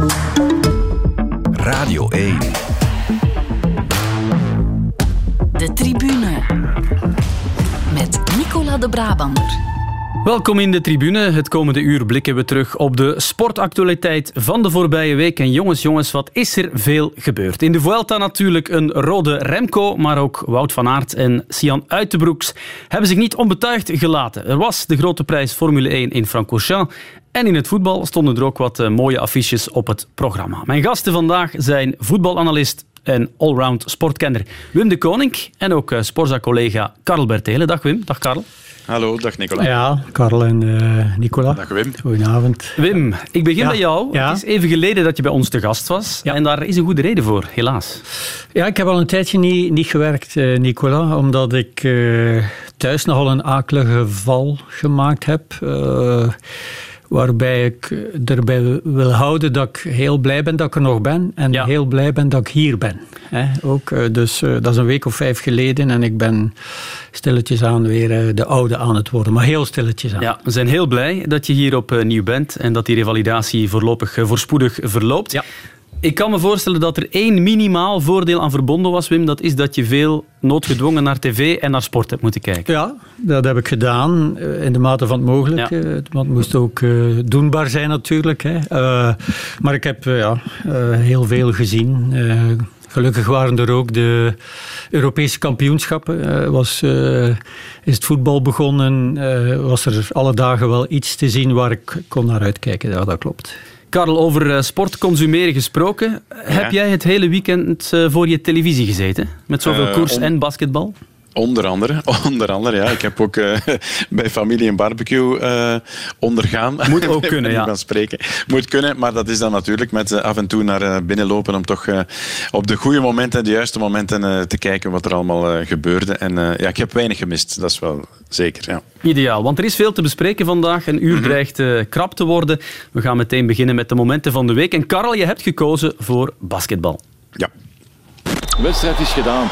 Radio 1. De Tribune. Met Nicola de Brabander. Welkom in de Tribune. Het komende uur blikken we terug op de sportactualiteit van de voorbije week. En jongens, wat is er veel gebeurd? In de Vuelta natuurlijk een rode Remco, maar ook Wout van Aert en Sian Uijtebroeks hebben zich niet onbetuigd gelaten. Er was de grote prijs Formule 1 in Francorchamps. En in het voetbal stonden er ook wat mooie affiches op het programma. Mijn gasten vandaag zijn voetbalanalist en allround sportkenner Wim de Koning en ook Sporza-collega Karel Bertelen. Dag Wim, dag Karel. Hallo, dag Nicola. Ja, Karel en Nicola. Dag Wim. Goedenavond. Wim, ik begin bij jou. Ja. Het is even geleden dat je bij ons te gast was. Ja. En daar is een goede reden voor, helaas. Ja, ik heb al een tijdje niet gewerkt, Nicola, omdat ik thuis nogal een akelige val gemaakt heb. Waarbij ik erbij wil houden dat ik heel blij ben dat ik er nog ben. En heel blij ben dat ik hier ben. Ook, dus dat is een week of 5 geleden. En ik ben stilletjes aan weer de oude aan het worden. Maar heel stilletjes aan. Ja, we zijn heel blij dat je hier opnieuw bent. En dat die revalidatie voorspoedig verloopt. Ja. Ik kan me voorstellen dat er 1 minimaal voordeel aan verbonden was, Wim. Dat is dat je veel noodgedwongen naar tv en naar sport hebt moeten kijken. Ja, dat heb ik gedaan in de mate van het mogelijke. Ja. Want het moest ook doenbaar zijn natuurlijk. Maar ik heb heel veel gezien. Gelukkig waren er ook de Europese kampioenschappen. Is het voetbal begonnen, was er alle dagen wel iets te zien waar ik kon naar uitkijken. Ja, dat klopt. Karel, over sport consumeren gesproken. Ja. Heb jij het hele weekend voor je televisie gezeten? Met zoveel koers en basketbal? Onder andere, ja. Ik heb ook bij familie een barbecue ondergaan. Moet ook kunnen, ja. Van spreken. Moet kunnen, maar dat is dan natuurlijk met af en toe naar binnen lopen om toch op de goede momenten, de juiste momenten te kijken wat er allemaal gebeurde. En ik heb weinig gemist, dat is wel zeker, ja. Ideaal, want er is veel te bespreken vandaag. Een uur dreigt krap te worden. We gaan meteen beginnen met de momenten van de week. En Karel, je hebt gekozen voor basketbal. Ja. De wedstrijd is gedaan.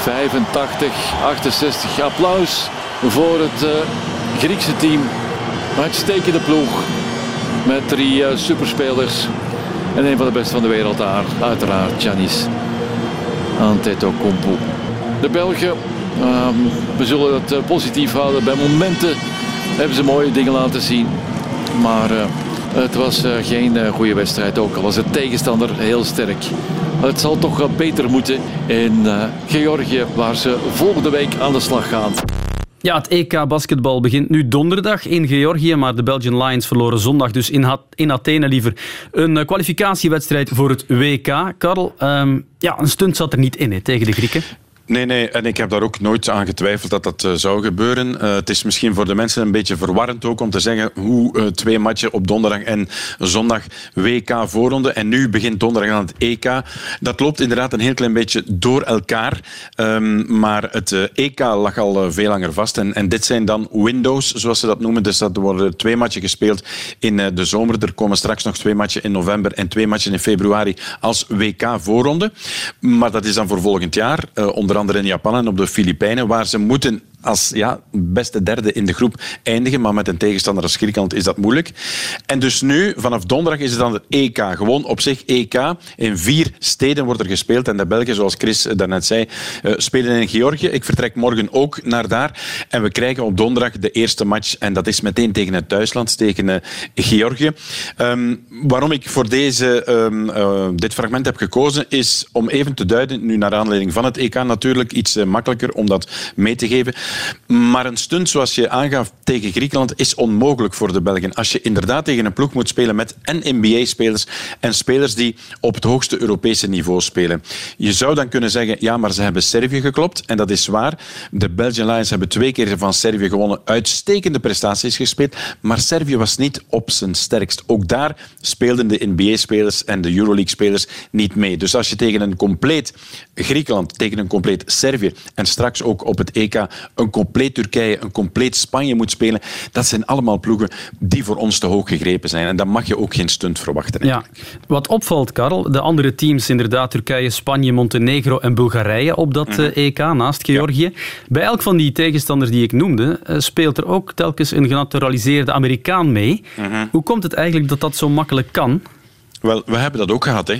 85-68. Applaus voor het Griekse team. Uitstekende ploeg. Met 3 superspelers. En een van de beste van de wereld daar. Uiteraard Giannis Antetokounmpo. De Belgen, we zullen het positief houden. Bij momenten hebben ze mooie dingen laten zien. Maar het was geen goede wedstrijd. Ook al was de tegenstander heel sterk. Het zal toch beter moeten in Georgië, waar ze volgende week aan de slag gaan. Ja, het EK basketbal begint nu donderdag in Georgië, maar de Belgian Lions verloren zondag dus in Athene liever een kwalificatiewedstrijd voor het WK. Karel, een stunt zat er niet in tegen de Grieken. Nee, en ik heb daar ook nooit aan getwijfeld dat dat zou gebeuren. Het is misschien voor de mensen een beetje verwarrend ook om te zeggen hoe 2 matchen op donderdag en zondag WK voorronde. En nu begint donderdag aan het EK. Dat loopt inderdaad een heel klein beetje door elkaar. Maar het EK lag al veel langer vast. En dit zijn dan windows, zoals ze dat noemen. Dus dat worden 2 matchen gespeeld in de zomer. Er komen straks nog 2 matchen in november en 2 matchen in februari als WK voorronde. Maar dat is dan voor volgend jaar. Onder andere in Japan en op de Filipijnen, waar ze moeten als beste derde in de groep eindigen, maar met een tegenstander als Griekenland is dat moeilijk. En dus nu, vanaf donderdag, is het dan het EK. Gewoon op zich EK. In 4 steden wordt er gespeeld en de Belgen, zoals Chris daarnet zei, spelen in Georgië. Ik vertrek morgen ook naar daar. En we krijgen op donderdag de eerste match en dat is meteen tegen het thuisland, tegen Georgië. Waarom ik voor dit fragment heb gekozen, is om even te duiden, nu naar aanleiding van het EK natuurlijk, iets makkelijker om dat mee te geven. Maar een stunt zoals je aangaf tegen Griekenland is onmogelijk voor de Belgen. Als je inderdaad tegen een ploeg moet spelen met en NBA-spelers en spelers die op het hoogste Europese niveau spelen. Je zou dan kunnen zeggen, ja, maar ze hebben Servië geklopt. En dat is waar. De Belgian Lions hebben 2 keer van Servië gewonnen. Uitstekende prestaties gespeeld. Maar Servië was niet op zijn sterkst. Ook daar speelden de NBA-spelers en de Euroleague-spelers niet mee. Dus als je tegen een compleet Griekenland, tegen een compleet Servië en straks ook op het EK een compleet Turkije, een compleet Spanje moet spelen, dat zijn allemaal ploegen die voor ons te hoog gegrepen zijn. En dan mag je ook geen stunt verwachten. Ja. Wat opvalt, Karel, de andere teams, inderdaad Turkije, Spanje, Montenegro en Bulgarije op dat EK, naast Georgië. Ja. Bij elk van die tegenstanders die ik noemde, speelt er ook telkens een genaturaliseerde Amerikaan mee. Hoe komt het eigenlijk dat dat zo makkelijk kan? Wel, we hebben dat ook gehad.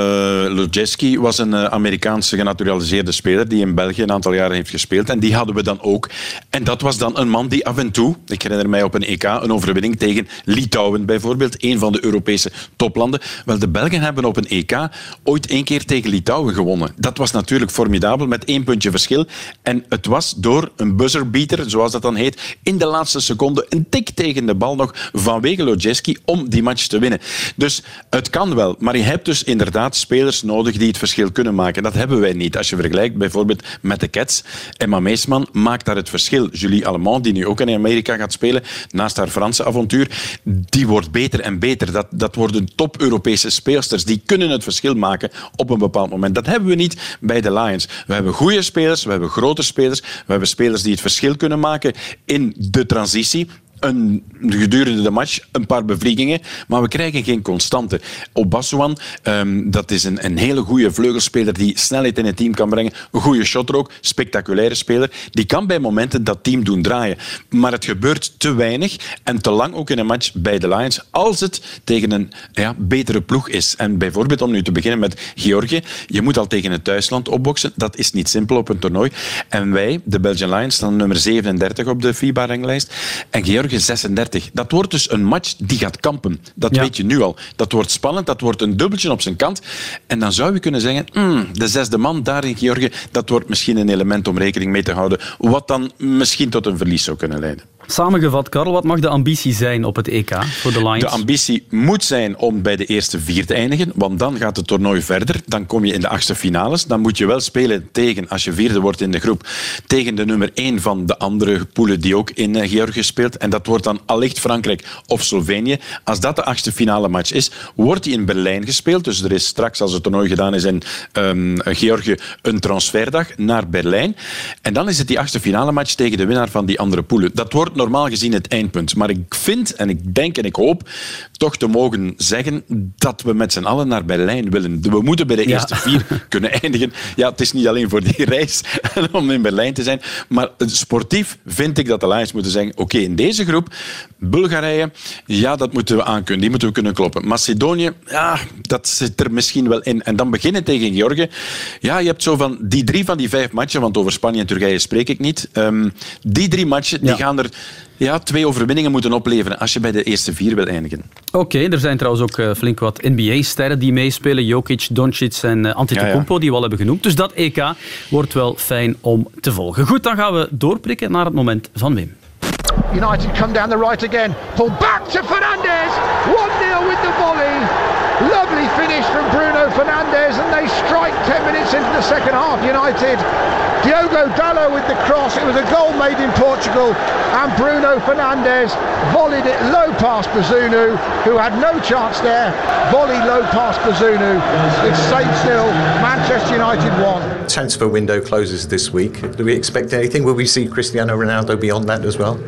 Lodjeski was een Amerikaanse genaturaliseerde speler die in België een aantal jaren heeft gespeeld. En die hadden we dan ook. En dat was dan een man die af en toe, ik herinner mij op een EK, een overwinning tegen Litouwen bijvoorbeeld, een van de Europese toplanden. Wel, de Belgen hebben op een EK ooit 1 keer tegen Litouwen gewonnen. Dat was natuurlijk formidabel, met 1 puntje verschil. En het was door een buzzerbeater, zoals dat dan heet, in de laatste seconde een tik tegen de bal nog vanwege Lodjeski om die match te winnen. Dus het kan wel, maar je hebt dus inderdaad spelers nodig die het verschil kunnen maken. Dat hebben wij niet. Als je vergelijkt bijvoorbeeld met de Cats, Emma Meesman maakt daar het verschil. Julie Allemand, die nu ook in Amerika gaat spelen, naast haar Franse avontuur, die wordt beter en beter. Dat worden top-Europese speelsters. Die kunnen het verschil maken op een bepaald moment. Dat hebben we niet bij de Lions. We hebben goede spelers, we hebben grote spelers, we hebben spelers die het verschil kunnen maken in de transitie. Gedurende de match een paar bevliegingen, maar we krijgen geen constante. Obaswan, dat is een hele goede vleugelspeler die snelheid in het team kan brengen. Een goede shotter ook, spectaculaire speler. Die kan bij momenten dat team doen draaien. Maar het gebeurt te weinig en te lang ook in een match bij de Lions als het tegen een betere ploeg is. En bijvoorbeeld, om nu te beginnen met Georgië, je moet al tegen het thuisland opboksen. Dat is niet simpel op een toernooi. En wij, de Belgian Lions, staan nummer 37 op de FIBA-ranglijst. En Georgië 36. Dat wordt dus een match die gaat kampen. Dat weet je nu al. Dat wordt spannend, dat wordt een dubbeltje op zijn kant. En dan zou je kunnen zeggen, de 6e man daar in Georgië, dat wordt misschien een element om rekening mee te houden, wat dan misschien tot een verlies zou kunnen leiden. Samengevat, Karel, wat mag de ambitie zijn op het EK voor de Lions? De ambitie moet zijn om bij de eerste 4 te eindigen, want dan gaat het toernooi verder. Dan kom je in de 8e finales. Dan moet je wel spelen tegen, als je 4e wordt in de groep, tegen de nummer 1 van de andere poelen die ook in Georgië speelt. En dat wordt dan allicht Frankrijk of Slovenië. Als dat de 8e finale match is, wordt die in Berlijn gespeeld. Dus er is straks, als het toernooi gedaan is in Georgië, een transferdag naar Berlijn. En dan is het die 8e finale match tegen de winnaar van die andere poelen. Dat wordt normaal gezien het eindpunt. Maar ik vind en ik denk en ik hoop toch te mogen zeggen dat we met z'n allen naar Berlijn willen. We moeten bij de eerste 4 kunnen eindigen. Ja, het is niet alleen voor die reis om in Berlijn te zijn, maar sportief vind ik dat de Lions moeten zeggen, oké, in deze groep, Bulgarije, ja, dat moeten we aankunnen. Die moeten we kunnen kloppen. Macedonië, ja, dat zit er misschien wel in. En dan beginnen tegen Georgië. Ja, je hebt zo van die 3 van die 5 matchen, want over Spanje en Turkije spreek ik niet. Die 3 matchen, die gaan er 2 overwinningen moeten opleveren als je bij de eerste 4 wil eindigen. Oké, er zijn trouwens ook flink wat NBA-sterren die meespelen. Jokic, Doncic en Antetokounmpo, die we al hebben genoemd. Dus dat EK wordt wel fijn om te volgen. Goed, dan gaan we doorprikken naar het moment van Wim. United come down the right again. Pull back to Fernandes. 1-0 with the volley. Lovely finish from Bruno Fernandes, and they strike 10 minutes into the second half. United. Diogo Dalot with the cross. It was a goal made in Portugal, and Bruno Fernandes volleyed it low past Bazunu, who had no chance there. Volley low past Bazunu. It's Saints 0, Manchester United 1. Transfer window closes this week. Do we expect anything? Will we see Cristiano Ronaldo beyond that as well?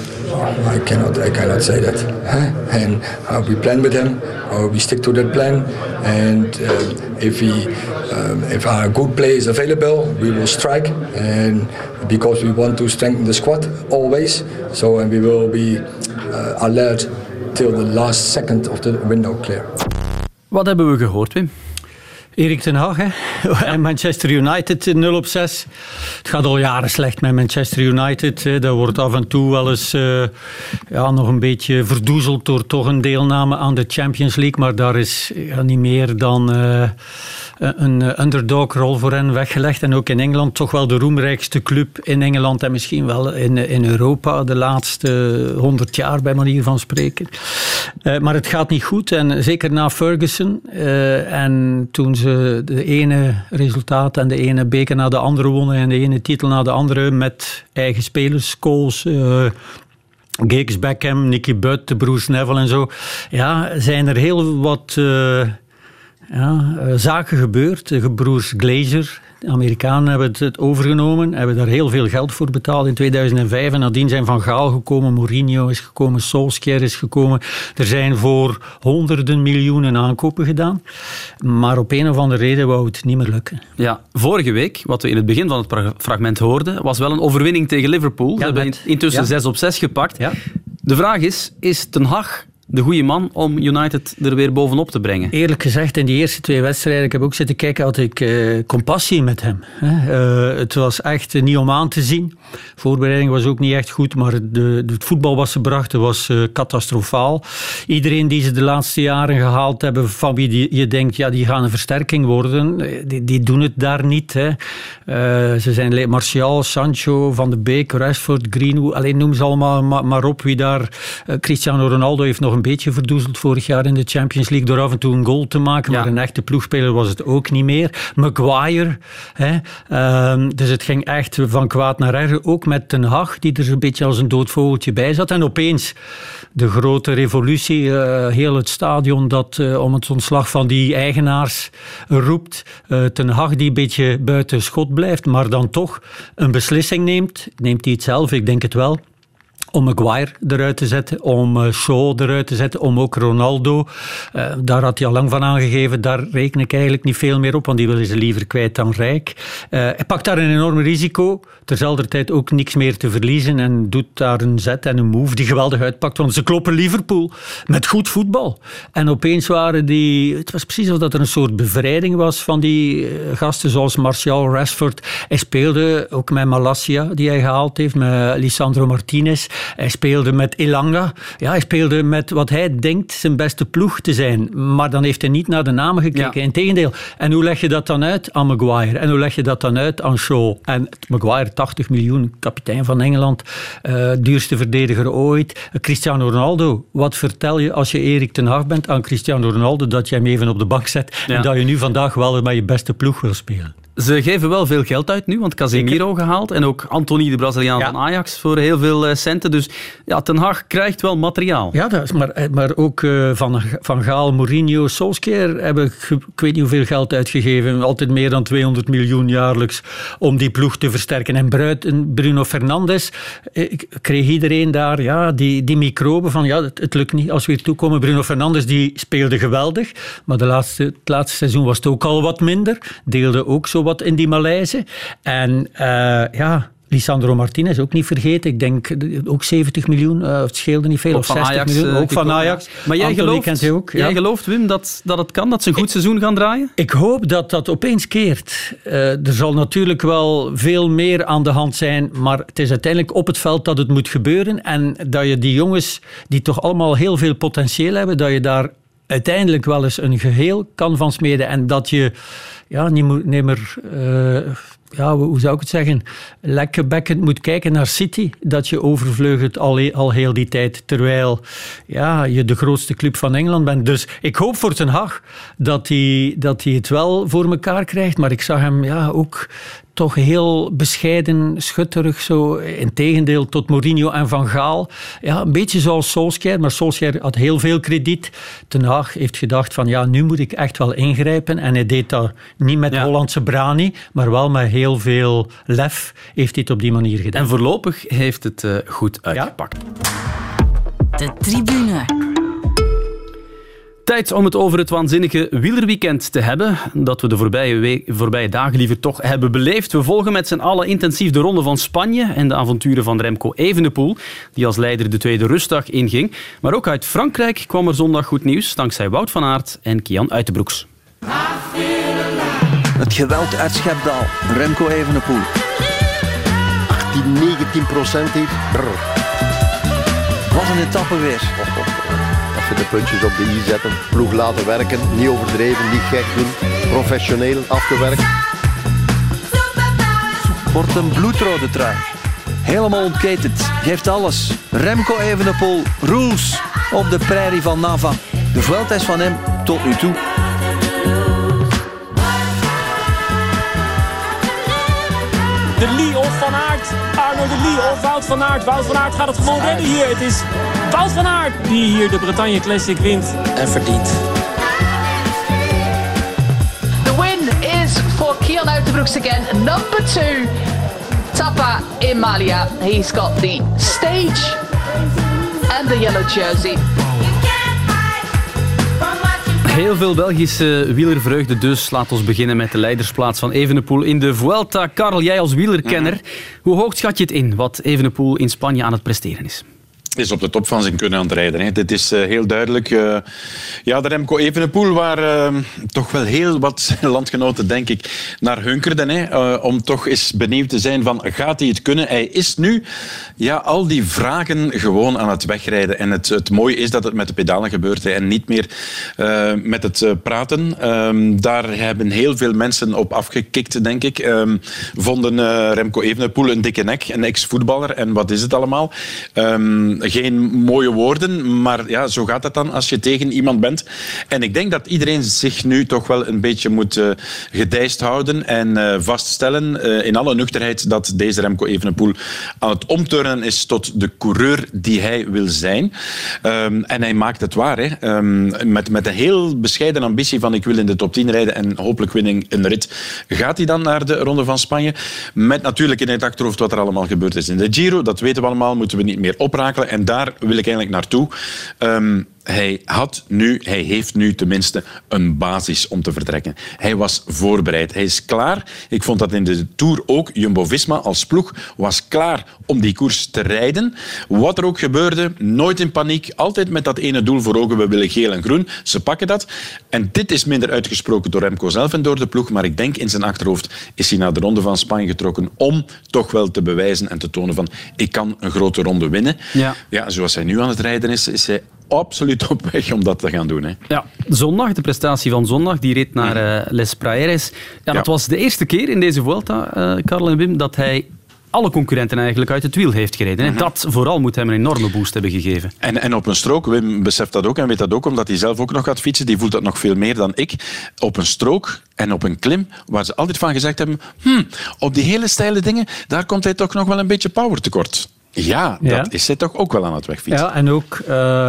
I cannot say that. And we plan with him. We stick to that plan. And if our good play is available, we will strike. And because we want to strengthen the squad always, and we will be alert till the last second of the window clear. Wat hebben we gehoord, Wim? Erik ten Hag, hè? En Manchester United 0-6. Het gaat al jaren slecht met Manchester United. Dat wordt af en toe wel eens nog een beetje verdoezeld door toch een deelname aan de Champions League. Maar daar is niet meer dan een underdog-rol voor hen weggelegd. En ook in Engeland toch wel de roemrijkste club in Engeland en misschien wel in Europa de laatste 100 jaar, bij manier van spreken. Maar het gaat niet goed. En zeker na Ferguson. En toen ze de ene resultaat en de ene beker na de andere wonnen en de ene titel na de andere met eigen spelers, Scholes, Giggs, Beckham, Nicky Butt, de broers Neville en zo. Ja, zijn er heel wat zaken gebeurd. De broers Glazer, de Amerikanen, hebben het overgenomen, hebben daar heel veel geld voor betaald in 2005. En nadien zijn Van Gaal gekomen, Mourinho is gekomen, Solskjaer is gekomen. Er zijn voor honderden miljoenen aankopen gedaan. Maar op een of andere reden wou het niet meer lukken. Ja, vorige week, wat we in het begin van het fragment hoorden, was wel een overwinning tegen Liverpool. Ze hebben intussen 6-6 gepakt. Ja. De vraag is Ten Hag de goede man om United er weer bovenop te brengen? Eerlijk gezegd, in die eerste 2 wedstrijden, ik heb ook zitten kijken, had ik compassie met hem. Het was echt niet om aan te zien. De voorbereiding was ook niet echt goed, maar het voetbal wat ze brachten was catastrofaal. Iedereen die ze de laatste jaren gehaald hebben, van wie je denkt, ja, die gaan een versterking worden, die doen het daar niet. Hè. Ze zijn Martial, Sancho, Van de Beek, Rashford, Greenwood, alleen noem ze allemaal maar op wie daar. Cristiano Ronaldo heeft nog een beetje verdoezeld vorig jaar in de Champions League door af en toe een goal te maken, maar een echte ploegspeler was het ook niet meer. Maguire, hè. Dus het ging echt van kwaad naar erger, ook met Ten Hag, die er een beetje als een dood vogeltje bij zat. En opeens de grote revolutie, heel het stadion dat om het ontslag van die eigenaars roept. Ten Hag die een beetje buiten schot blijft, maar dan toch een beslissing neemt. Neemt hij het zelf? Ik denk het wel. Om Maguire eruit te zetten, om Shaw eruit te zetten, om ook Ronaldo. Daar had hij al lang van aangegeven, daar reken ik eigenlijk niet veel meer op, want die willen ze liever kwijt dan rijk. Hij pakt daar een enorm risico, terzelfde tijd ook niks meer te verliezen en doet daar een zet en een move die geweldig uitpakt, want ze kloppen Liverpool met goed voetbal. En opeens waren het was precies alsof er een soort bevrijding was van die gasten zoals Martial, Rashford. Hij speelde ook met Malacia, die hij gehaald heeft, met Lisandro Martinez. Hij speelde met Elanga. Ja, hij speelde met wat hij denkt zijn beste ploeg te zijn. Maar dan heeft hij niet naar de namen gekeken. Integendeel. En hoe leg je dat dan uit aan Maguire? En hoe leg je dat dan uit aan Shaw? En Maguire, 80 miljoen, kapitein van Engeland. Duurste verdediger ooit. Cristiano Ronaldo. Wat vertel je als je Erik ten Hag bent aan Cristiano Ronaldo dat je hem even op de bank zet en dat je nu vandaag wel met je beste ploeg wil spelen? Ze geven wel veel geld uit nu, want Casemiro gehaald en ook Anthony, de Braziliaan van Ajax, voor heel veel centen. Dus ja, Ten Hag krijgt wel materiaal. Ja, maar ook Van Gaal, Mourinho, Solskjaer hebben ik weet niet hoeveel geld uitgegeven. Altijd meer dan 200 miljoen jaarlijks om die ploeg te versterken. En Bruno Fernandes, kreeg iedereen daar die microben van het lukt niet als we hier toekomen. Bruno Fernandes die speelde geweldig, maar het laatste seizoen was het ook al wat minder. Deelde ook zo wat in die malaise. En Lisandro Martinez ook niet vergeten. Ik denk ook 70 miljoen. Het scheelde niet veel. Ook of van 60 Ajax, miljoen. Ook van Ajax. Maar jij gelooft, Wim, dat het kan? Dat ze een goed seizoen gaan draaien? Ik hoop dat dat opeens keert. Er zal natuurlijk wel veel meer aan de hand zijn, maar het is uiteindelijk op het veld dat het moet gebeuren. En dat je die jongens, die toch allemaal heel veel potentieel hebben, dat je daar uiteindelijk wel eens een geheel kan van smeden. En dat je niet meer hoe zou ik het zeggen, lekkebekkend moet kijken naar City, dat je overvleugelt al heel die tijd, terwijl je de grootste club van Engeland bent. Dus ik hoop voor Ten Hag dat hij het wel voor elkaar krijgt, maar ik zag hem ook toch heel bescheiden, schutterig, zo in tegendeel tot Mourinho en Van Gaal. Ja, een beetje zoals Solskjaer, maar Solskjaer had heel veel krediet. Ten Hag heeft gedacht van nu moet ik echt wel ingrijpen en hij deed dat niet met Hollandse brani, maar wel met heel veel lef heeft hij het op die manier gedaan. En voorlopig heeft het goed uitgepakt. De tribune. Tijd om het over het waanzinnige wielerweekend te hebben, dat we de voorbije dagen liever toch hebben beleefd. We volgen met z'n allen intensief de Ronde van Spanje en de avonturen van Remco Evenepoel, die als leider de tweede rustdag inging. Maar ook uit Frankrijk kwam er zondag goed nieuws, dankzij Wout van Aert en Kian Uitenbroeks. Het geweld uit Schepdaal, Remco Evenepoel. 18-19% hier. Wat een etappe weer. Even de puntjes op de i zetten, ploeg laten werken, niet overdreven, niet gek doen, professioneel afgewerkt. Wordt een bloedrode trui. Helemaal ontketend, geeft alles. Remco Evenepoel, rules op de prairie van Nava. De Vuelta is van hem tot nu toe. De Lee of Van Aert, Arno de Lee of Wout van Aert. Wout van Aert gaat het gewoon redden hier. Het is Wout van Aert die hier de Bretagne Classic wint. En verdient. The win is for Kian Uitenbroeks again. Number 2, Tapa Emalia. He's got the stage and the yellow jersey. Heel veel Belgische wielervreugde dus. Laat ons beginnen met de leidersplaats van Evenepoel in de Vuelta. Karel, jij als wielerkenner, hoe hoog schat je het in wat Evenepoel in Spanje aan het presteren is? is op de top van zijn kunnen aan het rijden. Hè. Dit is heel duidelijk. De Remco Evenepoel, waar toch wel heel wat landgenoten, denk ik, naar hunkerden. Hè, om toch eens benieuwd te zijn van, gaat hij het kunnen? Hij is nu al die vragen gewoon aan het wegrijden. En het mooie is dat het met de pedalen gebeurt hè, en niet meer met het praten. Daar hebben heel veel mensen op afgekikt, denk ik. Vonden Remco Evenepoel een dikke nek, een ex-voetballer. En wat is het allemaal? Geen mooie woorden, maar zo gaat het dan als je tegen iemand bent. En ik denk dat iedereen zich nu toch wel een beetje moet gedijst houden en vaststellen in alle nuchterheid dat deze Remco Evenepoel aan het omturnen is tot de coureur die hij wil zijn. En hij maakt het waar. Hè. Met een heel bescheiden ambitie van ik wil in de top 10 rijden en hopelijk winning een rit. Gaat hij dan naar de Ronde van Spanje? Met natuurlijk in het achterhoofd wat er allemaal gebeurd is in de Giro. Dat weten we allemaal, moeten we niet meer oprakelen. En daar wil ik eigenlijk naartoe. Hij heeft nu tenminste een basis om te vertrekken. Hij was voorbereid. Hij is klaar. Ik vond dat in de Tour ook. Jumbo-Visma als ploeg was klaar om die koers te rijden. Wat er ook gebeurde, nooit in paniek. Altijd met dat ene doel voor ogen. We willen geel en groen. Ze pakken dat. En dit is minder uitgesproken door Remco zelf en door de ploeg. Maar ik denk in zijn achterhoofd is hij naar de Ronde van Spanje getrokken om toch wel te bewijzen en te tonen van ik kan een grote ronde winnen. Ja, zoals hij nu aan het rijden is hij absoluut op weg om dat te gaan doen. Hè. Ja, zondag, de prestatie van zondag, die reed naar Les Praieres. Dat was de eerste keer in deze Vuelta, Karel en Wim, dat hij alle concurrenten eigenlijk uit het wiel heeft gereden. En dat vooral moet hem een enorme boost hebben gegeven. En op een strook, Wim beseft dat ook en weet dat ook, omdat hij zelf ook nog gaat fietsen, die voelt dat nog veel meer dan ik. Op een strook en op een klim, waar ze altijd van gezegd hebben, op die hele steile dingen, daar komt hij toch nog wel een beetje power tekort. Ja, dat is hij toch ook wel aan het wegfietsen. Ja, en ook,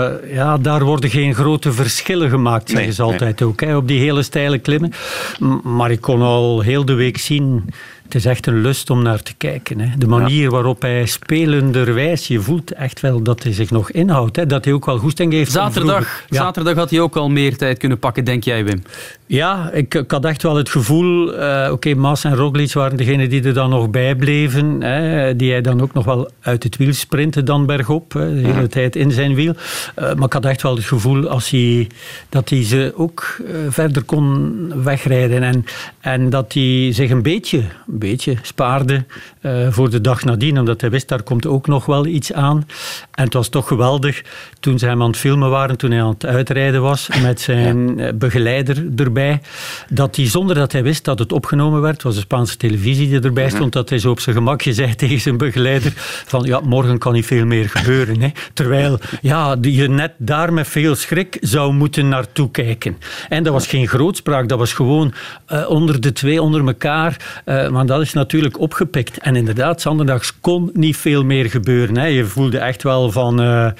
daar worden geen grote verschillen gemaakt, zeggen ze altijd ook, hè, op die hele steile klimmen. Maar ik kon al heel de week zien, het is echt een lust om naar te kijken. Hè. De manier waarop hij spelenderwijs, je voelt echt wel dat hij zich nog inhoudt. Hè. Dat hij ook wel goesting heeft. Zaterdag had hij ook al meer tijd kunnen pakken, denk jij, Wim? Ja, ik had echt wel het gevoel, Mas en Roglic waren degenen die er dan nog bij bleven. Hè, die hij dan ook nog wel uit het wiel sprintte dan bergop. Hè, de hele tijd in zijn wiel. Maar ik had echt wel het gevoel dat hij ze ook verder kon wegrijden. En dat hij zich een beetje spaarde voor de dag nadien, omdat hij wist, daar komt ook nog wel iets aan. En het was toch geweldig toen ze hem aan het filmen waren, toen hij aan het uitrijden was, met zijn begeleider erbij, dat hij, zonder dat hij wist dat het opgenomen werd, het was de Spaanse televisie die erbij stond, dat hij zo op zijn gemakje zei tegen zijn begeleider van, morgen kan niet veel meer gebeuren. Hè. Terwijl je net daar met veel schrik zou moeten naartoe kijken. En dat was geen grootspraak, dat was gewoon onder de twee, onder elkaar. Maar dat is natuurlijk opgepikt. En inderdaad, zondags kon niet veel meer gebeuren. Hè. Je voelde echt wel van...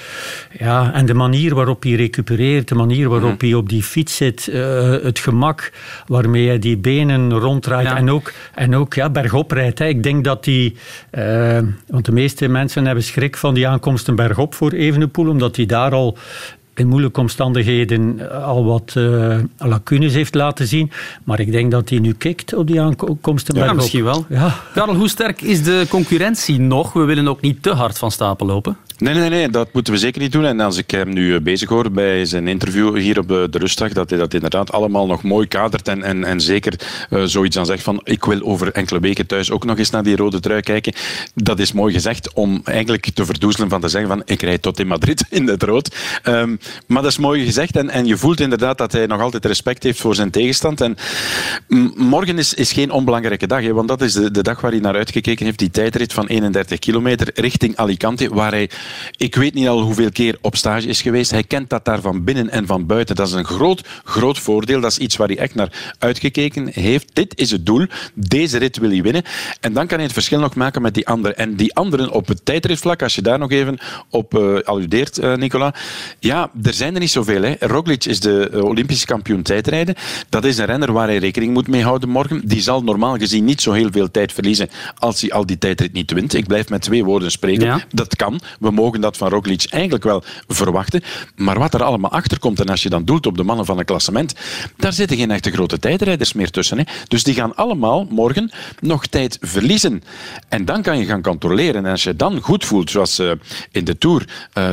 en de manier waarop hij recupereert, de manier waarop hij op die fiets zit, het gemak waarmee hij die benen ronddraait en ook bergop rijdt. Hè. Ik denk dat hij... want de meeste mensen hebben schrik van die aankomsten bergop voor Evenepoel, omdat hij daar al in moeilijke omstandigheden al wat lacunes heeft laten zien. Maar ik denk dat hij nu kikt op die aankomsten bergop. Ja, misschien wel. Ja. Karel, hoe sterk is de concurrentie nog? We willen ook niet te hard van stapel lopen. Nee, dat moeten we zeker niet doen. En als ik hem nu bezig hoor bij zijn interview hier op de rustdag, dat hij dat inderdaad allemaal nog mooi kadert en zeker zoiets aan zegt van ik wil over enkele weken thuis ook nog eens naar die rode trui kijken. Dat is mooi gezegd om eigenlijk te verdoezelen van te zeggen van ik rijd tot in Madrid in het rood. Maar dat is mooi gezegd en je voelt inderdaad dat hij nog altijd respect heeft voor zijn tegenstand. En morgen is geen onbelangrijke dag, hè, want dat is de dag waar hij naar uitgekeken heeft, die tijdrit van 31 kilometer richting Alicante, waar hij, ik weet niet al hoeveel keer op stage is geweest. Hij kent dat daar van binnen en van buiten. Dat is een groot voordeel. Dat is iets waar hij echt naar uitgekeken heeft. Dit is het doel. Deze rit wil hij winnen. En dan kan hij het verschil nog maken met die anderen. En die anderen op het tijdritvlak, als je daar nog even op alludeert, Nicolas. Ja, er zijn er niet zoveel. Hè. Roglic is de Olympische kampioen tijdrijden. Dat is een renner waar hij rekening moet mee houden morgen. Die zal normaal gezien niet zo heel veel tijd verliezen als hij al die tijdrit niet wint. Ik blijf met 2 woorden spreken. Ja. Dat kan. We mogen dat van Roglic eigenlijk wel verwachten. Maar wat er allemaal achter komt, en als je dan doelt op de mannen van het klassement, daar zitten geen echte grote tijdrijders meer tussen. Hè. Dus die gaan allemaal morgen nog tijd verliezen. En dan kan je gaan controleren. En als je dan goed voelt, zoals in de Tour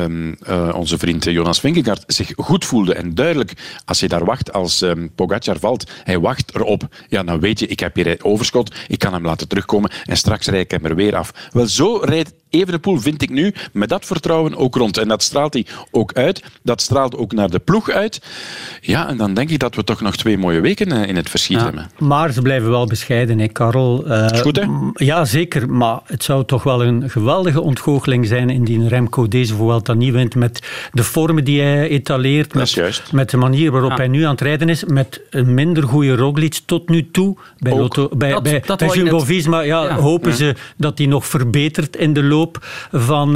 onze vriend Jonas Vingegaard zich goed voelde en duidelijk, als je daar wacht als Pogacar valt, hij wacht erop, ja, dan weet je, ik heb hier overschot, ik kan hem laten terugkomen en straks rijd ik hem er weer af. Wel, zo rijdt Evenepoel, vind ik nu, met dat vertrouwen ook rond. En dat straalt hij ook uit. Dat straalt ook naar de ploeg uit. Ja, en dan denk ik dat we toch nog 2 mooie weken in het verschiet hebben. Maar ze blijven wel bescheiden, hè, Karel. Is goed, hè? Ja, zeker. Maar het zou toch wel een geweldige ontgoocheling zijn indien Remco deze Vuelta niet wint met de vormen die hij etaleert, met de manier waarop hij nu aan het rijden is, met een minder goede Roglic tot nu toe. Bij Jumbo-Visma hopen ze dat hij nog verbetert in de loop van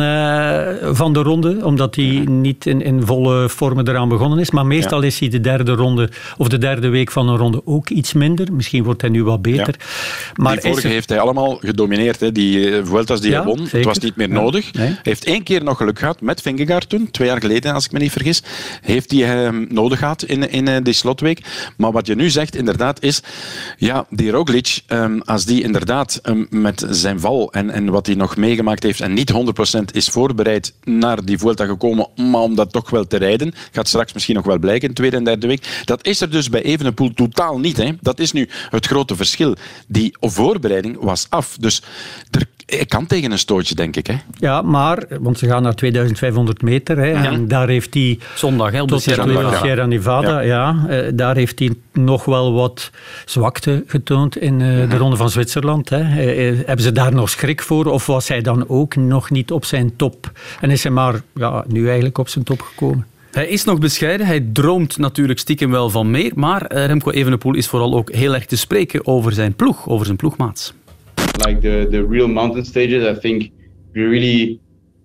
de ronde, omdat hij niet in volle vormen eraan begonnen is. Maar meestal is hij de derde ronde of de derde week van een ronde ook iets minder. Misschien wordt hij nu wat beter. Ja. Maar die vorige heeft hij allemaal gedomineerd. Hè. Die Vueltas die hij won, zeker. Het was niet meer nodig. Hij heeft 1 keer nog geluk gehad met Vingegaard toen, 2 jaar geleden, als ik me niet vergis. Heeft hij hem nodig gehad in die slotweek. Maar wat je nu zegt, inderdaad, is ja, die Roglic, als die inderdaad met zijn val en wat hij nog meegemaakt heeft en niet 100% is voorbereid naar die Vuelta gekomen, maar om dat toch wel te rijden, gaat straks misschien nog wel blijken in de 2e en 3e week. Dat is er dus bij Evenepoel totaal niet. Hè. Dat is nu het grote verschil. Die voorbereiding was af. Dus hij kan tegen een stootje, denk ik. Hè. Ja, maar, want ze gaan naar 2500 meter. Hè, en daar heeft hij zondag, hè, op de Sierra Nevada. Daar heeft hij nog wel wat zwakte getoond in de Ronde van Zwitserland. Hè. Hebben ze daar nog schrik voor? Of was hij dan ook nog niet op zijn top? En is hij maar nu eigenlijk op zijn top gekomen? Hij is nog bescheiden. Hij droomt natuurlijk stiekem wel van meer. Maar Remco Evenepoel is vooral ook heel erg te spreken over zijn ploeg, over zijn ploegmaats. Like the real mountain stages, I think we really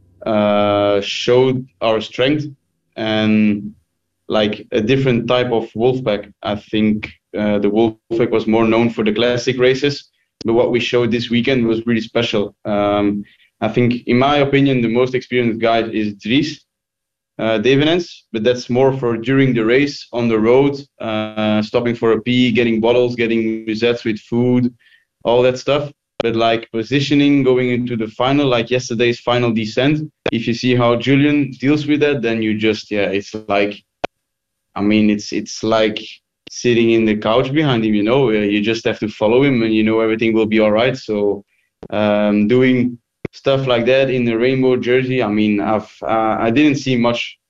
showed our strength and like a different type of Wolfpack. I think the Wolfpack was more known for the classic races, but what we showed this weekend was really special. I think, in my opinion, the most experienced guy is Dries Devenens, but that's more for during the race, on the road, stopping for a pee, getting bottles, getting musettes with food, all that stuff. But like positioning, going into the final, like yesterday's final descent, if you see how Julian deals with that, then you just, it's like, I mean, it's like sitting in the couch behind him, you know, you just have to follow him and you know everything will be all right. So doing stuff like that in the rainbow jersey, I mean, I didn't see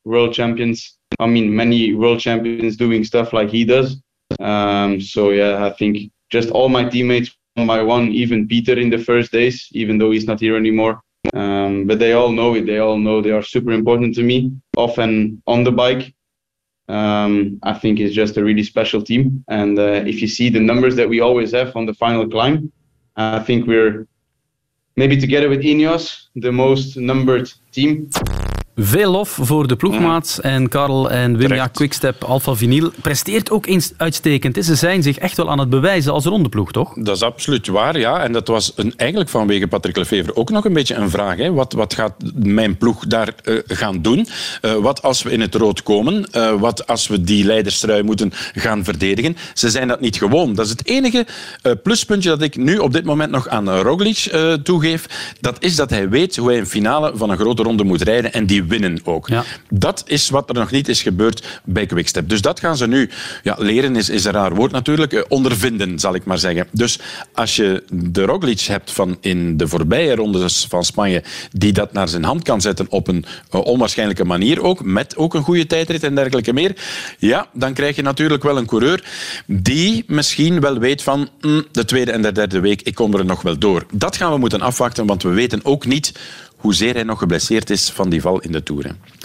many world champions doing stuff like he does. I think just all my teammates, one by one, even Peter in the first days, even though he's not here anymore. But they all know it. They all know they are super important to me, off and on the bike. I think it's just a really special team. And if you see the numbers that we always have on the final climb, I think we're maybe together with Ineos, the most numbered team. Veel lof voor de ploegmaats en Karel en Wim. Ja, Quickstep, Alpha Vinyl presteert ook eens uitstekend. Ze zijn zich echt wel aan het bewijzen als rondeploeg, toch? Dat is absoluut waar, ja. En dat was eigenlijk vanwege Patrick Lefevere ook nog een beetje een vraag. Hè. Wat gaat mijn ploeg daar gaan doen? Wat als we in het rood komen? Wat als we die leiderstrui moeten gaan verdedigen? Ze zijn dat niet gewoon. Dat is het enige pluspuntje dat ik nu op dit moment nog aan Roglic toegeef. Dat is dat hij weet hoe hij een finale van een grote ronde moet rijden en die winnen ook. Ja. Dat is wat er nog niet is gebeurd bij Quickstep. Dus dat gaan ze nu leren, is een raar woord natuurlijk, ondervinden, zal ik maar zeggen. Dus als je de Roglic hebt van in de voorbije rondes van Spanje, die dat naar zijn hand kan zetten op een onwaarschijnlijke manier ook, met ook een goede tijdrit en dergelijke meer, dan krijg je natuurlijk wel een coureur die misschien wel weet van de 2e en de 3e week, ik kom er nog wel door. Dat gaan we moeten afwachten, want we weten ook niet hoezeer hij nog geblesseerd is van die val in de Tour. Hè.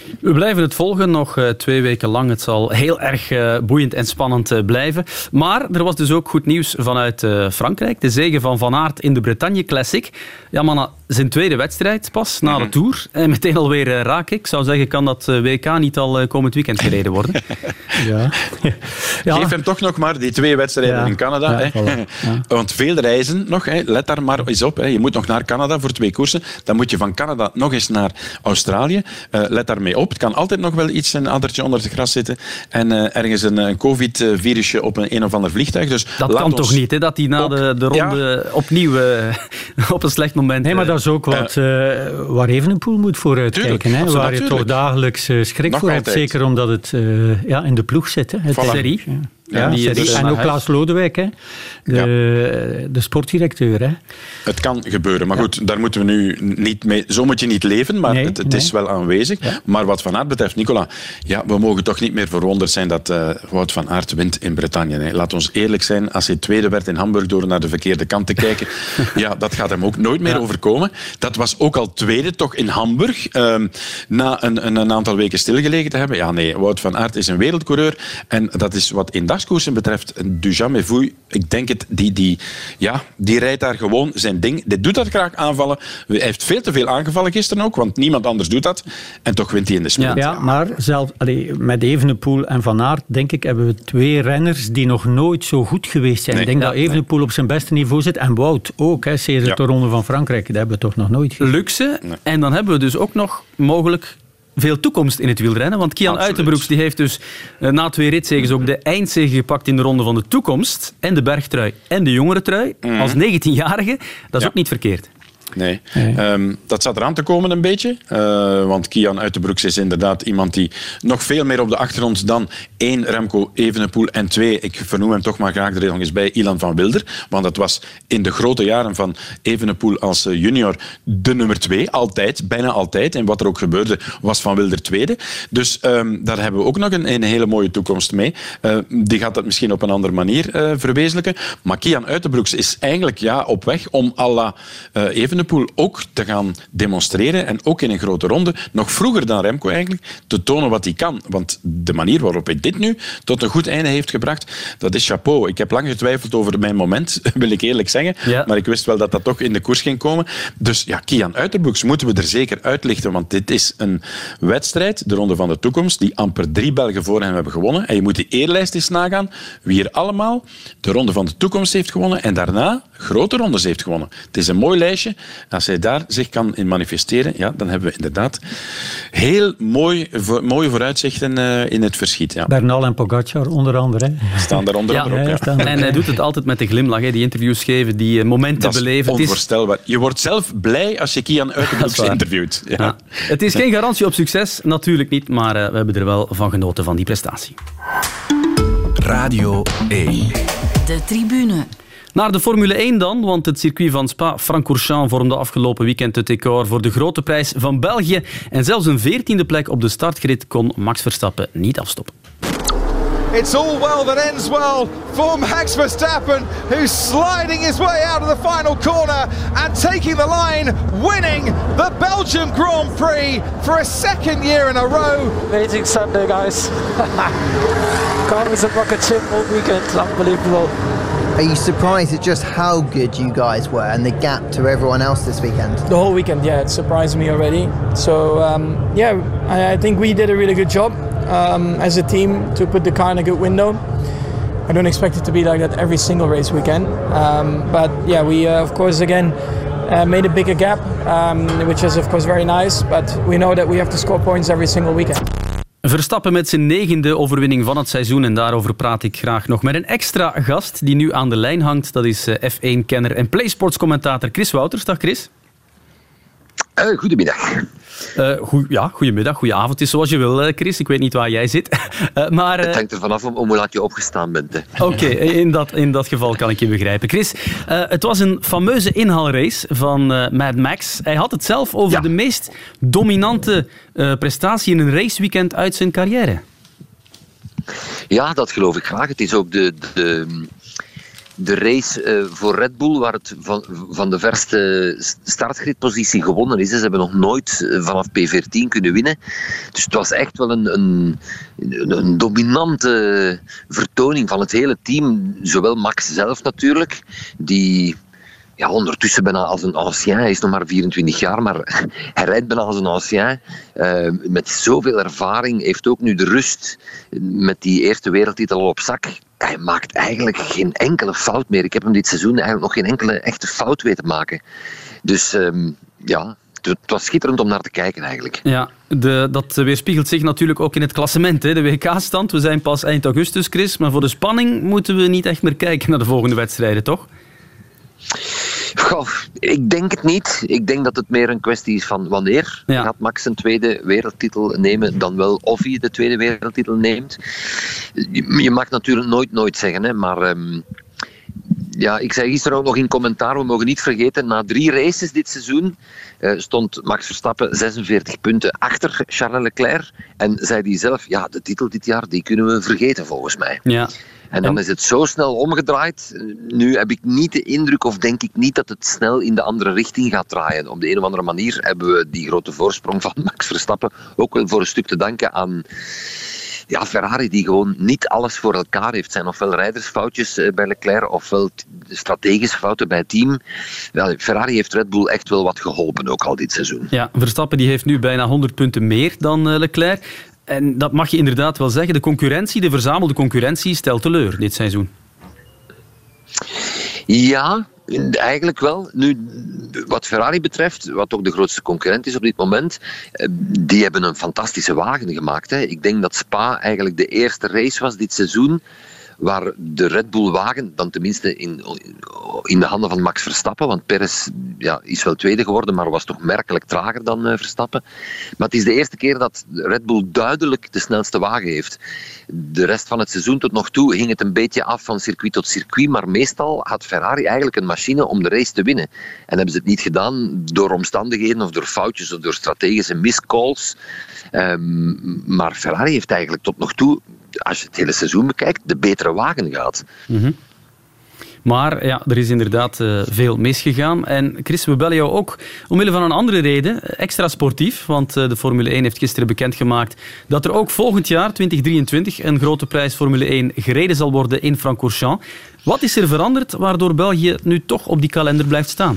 We blijven het volgen, nog 2 weken lang. Het zal heel erg boeiend en spannend blijven. Maar er was dus ook goed nieuws vanuit Frankrijk. De zege van Van Aert in de Bretagne Classic. Ja, mannen, zijn tweede wedstrijd pas na de Tour. En meteen alweer raak. Ik zou zeggen, kan dat WK niet al komend weekend gereden worden? Ja. Geef hem toch nog maar die 2 wedstrijden in Canada. Ja, voilà. Want veel reizen nog. Let daar maar eens op. Je moet nog naar Canada voor 2 koersen. Dan moet je van Canada nog eens naar Australië. Let daarmee op. Het kan altijd nog wel iets, een addertje onder het gras zitten. En ergens een COVID-virusje op een of ander vliegtuig. Dus dat kan toch niet, hè? Dat hij na de ronde opnieuw op een slecht moment... Nee, maar dat is ook wat waar Evenepoel moet vooruitkijken. Hè? Waar je toch dagelijks schrik nog voor hebt. altijd. Zeker omdat het in de ploeg zit. Hè? Het serie. En ook Klaas Lodewijk, hè? De sportdirecteur. Hè? Het kan gebeuren, maar goed, daar moeten we nu niet mee... Zo moet je niet leven, maar het is wel aanwezig. Ja. Maar wat Van Aert betreft, Nicola, we mogen toch niet meer verwonderd zijn dat Wout van Aert wint in Bretagne. Hè. Laat ons eerlijk zijn, als hij tweede werd in Hamburg door naar de verkeerde kant te kijken, dat gaat hem ook nooit meer overkomen. Dat was ook al tweede, toch in Hamburg, na een aantal weken stilgelegen te hebben. Ja, nee, Wout van Aert is een wereldcoureur en dat is wat eendagskoersen betreft du jamais vu. Ik denk het, die rijdt daar gewoon zijn ding. Dit doet dat graag aanvallen. Hij heeft veel te veel aangevallen gisteren ook, want niemand anders doet dat. En toch wint hij in de sprint. Ja, maar zelf, met Evenepoel en Van Aert, denk ik, hebben we 2 renners die nog nooit zo goed geweest zijn. Ik denk dat Evenepoel op zijn beste niveau zit. En Wout ook, sinds de Ronde van Frankrijk. Dat hebben we toch nog nooit gezien. Luxe. Nee. En dan hebben we dus ook nog mogelijk veel toekomst in het wielrennen. Want Kian Uitenbroeks die heeft dus na 2 ritzeges ook de eindzege gepakt in de Ronde van de Toekomst. En de bergtrui en de jongerentrui. Als 19-jarige. Dat is ook niet verkeerd. Nee. Dat zat eraan te komen een beetje. Want Kian Uitenbroeks is inderdaad iemand die nog veel meer op de achtergrond dan 1 Remco Evenepoel en 2, ik vernoem hem toch maar graag er nog eens bij, Ilan van Wilder. Want dat was in de grote jaren van Evenepoel als junior de nummer 2. Altijd, bijna altijd. En wat er ook gebeurde, was Van Wilder tweede. Dus daar hebben we ook nog een hele mooie toekomst mee. Die gaat dat misschien op een andere manier verwezenlijken. Maar Kian Uitenbroeks is eigenlijk op weg om à la Evenepoel ook te gaan demonstreren en ook in een grote ronde, nog vroeger dan Remco eigenlijk, te tonen wat hij kan. Want de manier waarop hij dit nu tot een goed einde heeft gebracht, dat is chapeau. Ik heb lang getwijfeld over mijn moment, wil ik eerlijk zeggen, maar ik wist wel dat dat toch in de koers ging komen. Dus Kian Uitenbroeks moeten we er zeker uitlichten, want dit is een wedstrijd, de Ronde van de Toekomst, die amper 3 Belgen voor hem hebben gewonnen. En je moet de eerlijst eens nagaan wie er allemaal de Ronde van de Toekomst heeft gewonnen en daarna grote rondes heeft gewonnen. Het is een mooi lijstje. Als hij daar zich kan in manifesteren, dan hebben we inderdaad heel mooie vooruitzichten in het verschiet. Ja. Bernal en Pogacar onder andere. Staan daar onder andere op. En hij doet het altijd met een glimlach, die interviews geven, die momenten beleven. Dat is onvoorstelbaar. Je wordt zelf blij als je Kian Uitenbroeks interviewt. Ja. Het is geen garantie op succes, natuurlijk niet, maar we hebben er wel van genoten van die prestatie. Radio 1. De tribune. Naar de Formule 1 dan, want het circuit van Spa-Francorchamps vormde afgelopen weekend het decor voor de grote prijs van België. En zelfs een 14e plek op de startgrid kon Max Verstappen niet afstoppen. It's all well that ends well for Max Verstappen, who's sliding his way out of the final corner and taking the line, winning the Belgian Grand Prix for a 2nd year in a row. Amazing Sunday, guys. Car was a rocket ship all weekend, unbelievable. Are you surprised at just how good you guys were and the gap to everyone else this weekend? The whole weekend, it surprised me already. So, I think we did a really good job as a team to put the car in a good window. I don't expect it to be like that every single race weekend. We of course again made a bigger gap, which is of course very nice. But we know that we have to score points every single weekend. Verstappen met zijn 9e overwinning van het seizoen. En daarover praat ik graag nog met een extra gast die nu aan de lijn hangt. Dat is F1-kenner en PlaySports-commentator Chris Wouters. Dag Chris. Goedemiddag. Goedemiddag, goedenavond. Het is zoals je wil, Chris. Ik weet niet waar jij zit. Maar, het hangt er vanaf om hoe laat je opgestaan bent. Oké, in dat geval kan ik je begrijpen. Chris, het was een fameuze inhaalrace van Mad Max. Hij had het zelf over de meest dominante prestatie in een raceweekend uit zijn carrière. Ja, dat geloof ik graag. Het is ook de race voor Red Bull, waar het van de verste startgridpositie gewonnen is. Ze hebben nog nooit vanaf P14 kunnen winnen. Dus het was echt wel een dominante vertoning van het hele team. Zowel Max zelf natuurlijk, die ondertussen bijna als een ancien. Hij is nog maar 24 jaar, maar hij rijdt bijna als een ancien. Met zoveel ervaring, heeft ook nu de rust met die eerste wereldtitel al op zak. Hij maakt eigenlijk geen enkele fout meer. Ik heb hem dit seizoen eigenlijk nog geen enkele echte fout weten maken. Dus het was schitterend om naar te kijken eigenlijk. Ja, dat weerspiegelt zich natuurlijk ook in het klassement, hè? De WK-stand. We zijn pas eind augustus, Chris. Maar voor de spanning moeten we niet echt meer kijken naar de volgende wedstrijden, toch? Goh, ik denk het niet. Ik denk dat het meer een kwestie is van wanneer gaat Max een tweede wereldtitel nemen, dan wel of hij de tweede wereldtitel neemt. Je mag natuurlijk nooit zeggen, hè, maar ik zei gisteren ook nog in commentaar, we mogen niet vergeten, na 3 races dit seizoen stond Max Verstappen 46 punten achter Charles Leclerc en zei hij zelf, de titel dit jaar, die kunnen we vergeten volgens mij. Ja. En dan is het zo snel omgedraaid. Nu heb ik niet de indruk, of denk ik niet, dat het snel in de andere richting gaat draaien. Op de een of andere manier hebben we die grote voorsprong van Max Verstappen ook wel voor een stuk te danken aan Ferrari, die gewoon niet alles voor elkaar heeft. Zijn ofwel rijdersfoutjes bij Leclerc, ofwel strategische fouten bij het team. Ferrari heeft Red Bull echt wel wat geholpen, ook al dit seizoen. Ja, Verstappen die heeft nu bijna 100 punten meer dan Leclerc. En dat mag je inderdaad wel zeggen. De verzamelde concurrentie stelt teleur dit seizoen. Ja, eigenlijk wel. Nu, wat Ferrari betreft, wat ook de grootste concurrent is op dit moment, die hebben een fantastische wagen gemaakt. Hè. Ik denk dat Spa eigenlijk de eerste race was dit seizoen waar de Red Bull-wagen, dan tenminste in de handen van Max Verstappen, want Perez is wel tweede geworden, maar was toch merkelijk trager dan Verstappen. Maar het is de eerste keer dat Red Bull duidelijk de snelste wagen heeft. De rest van het seizoen tot nog toe hing het een beetje af van circuit tot circuit, maar meestal had Ferrari eigenlijk een machine om de race te winnen. En hebben ze het niet gedaan door omstandigheden of door foutjes of door strategische miscalls. Maar Ferrari heeft eigenlijk tot nog toe, als je het hele seizoen bekijkt, de betere wagen gehad. Mm-hmm. Maar er is inderdaad veel misgegaan. En Chris, we bellen jou ook omwille van een andere reden, extra sportief. Want de Formule 1 heeft gisteren bekendgemaakt dat er ook volgend jaar, 2023, een grote prijs Formule 1 gereden zal worden in Francorchamps. Wat is er veranderd waardoor België nu toch op die kalender blijft staan?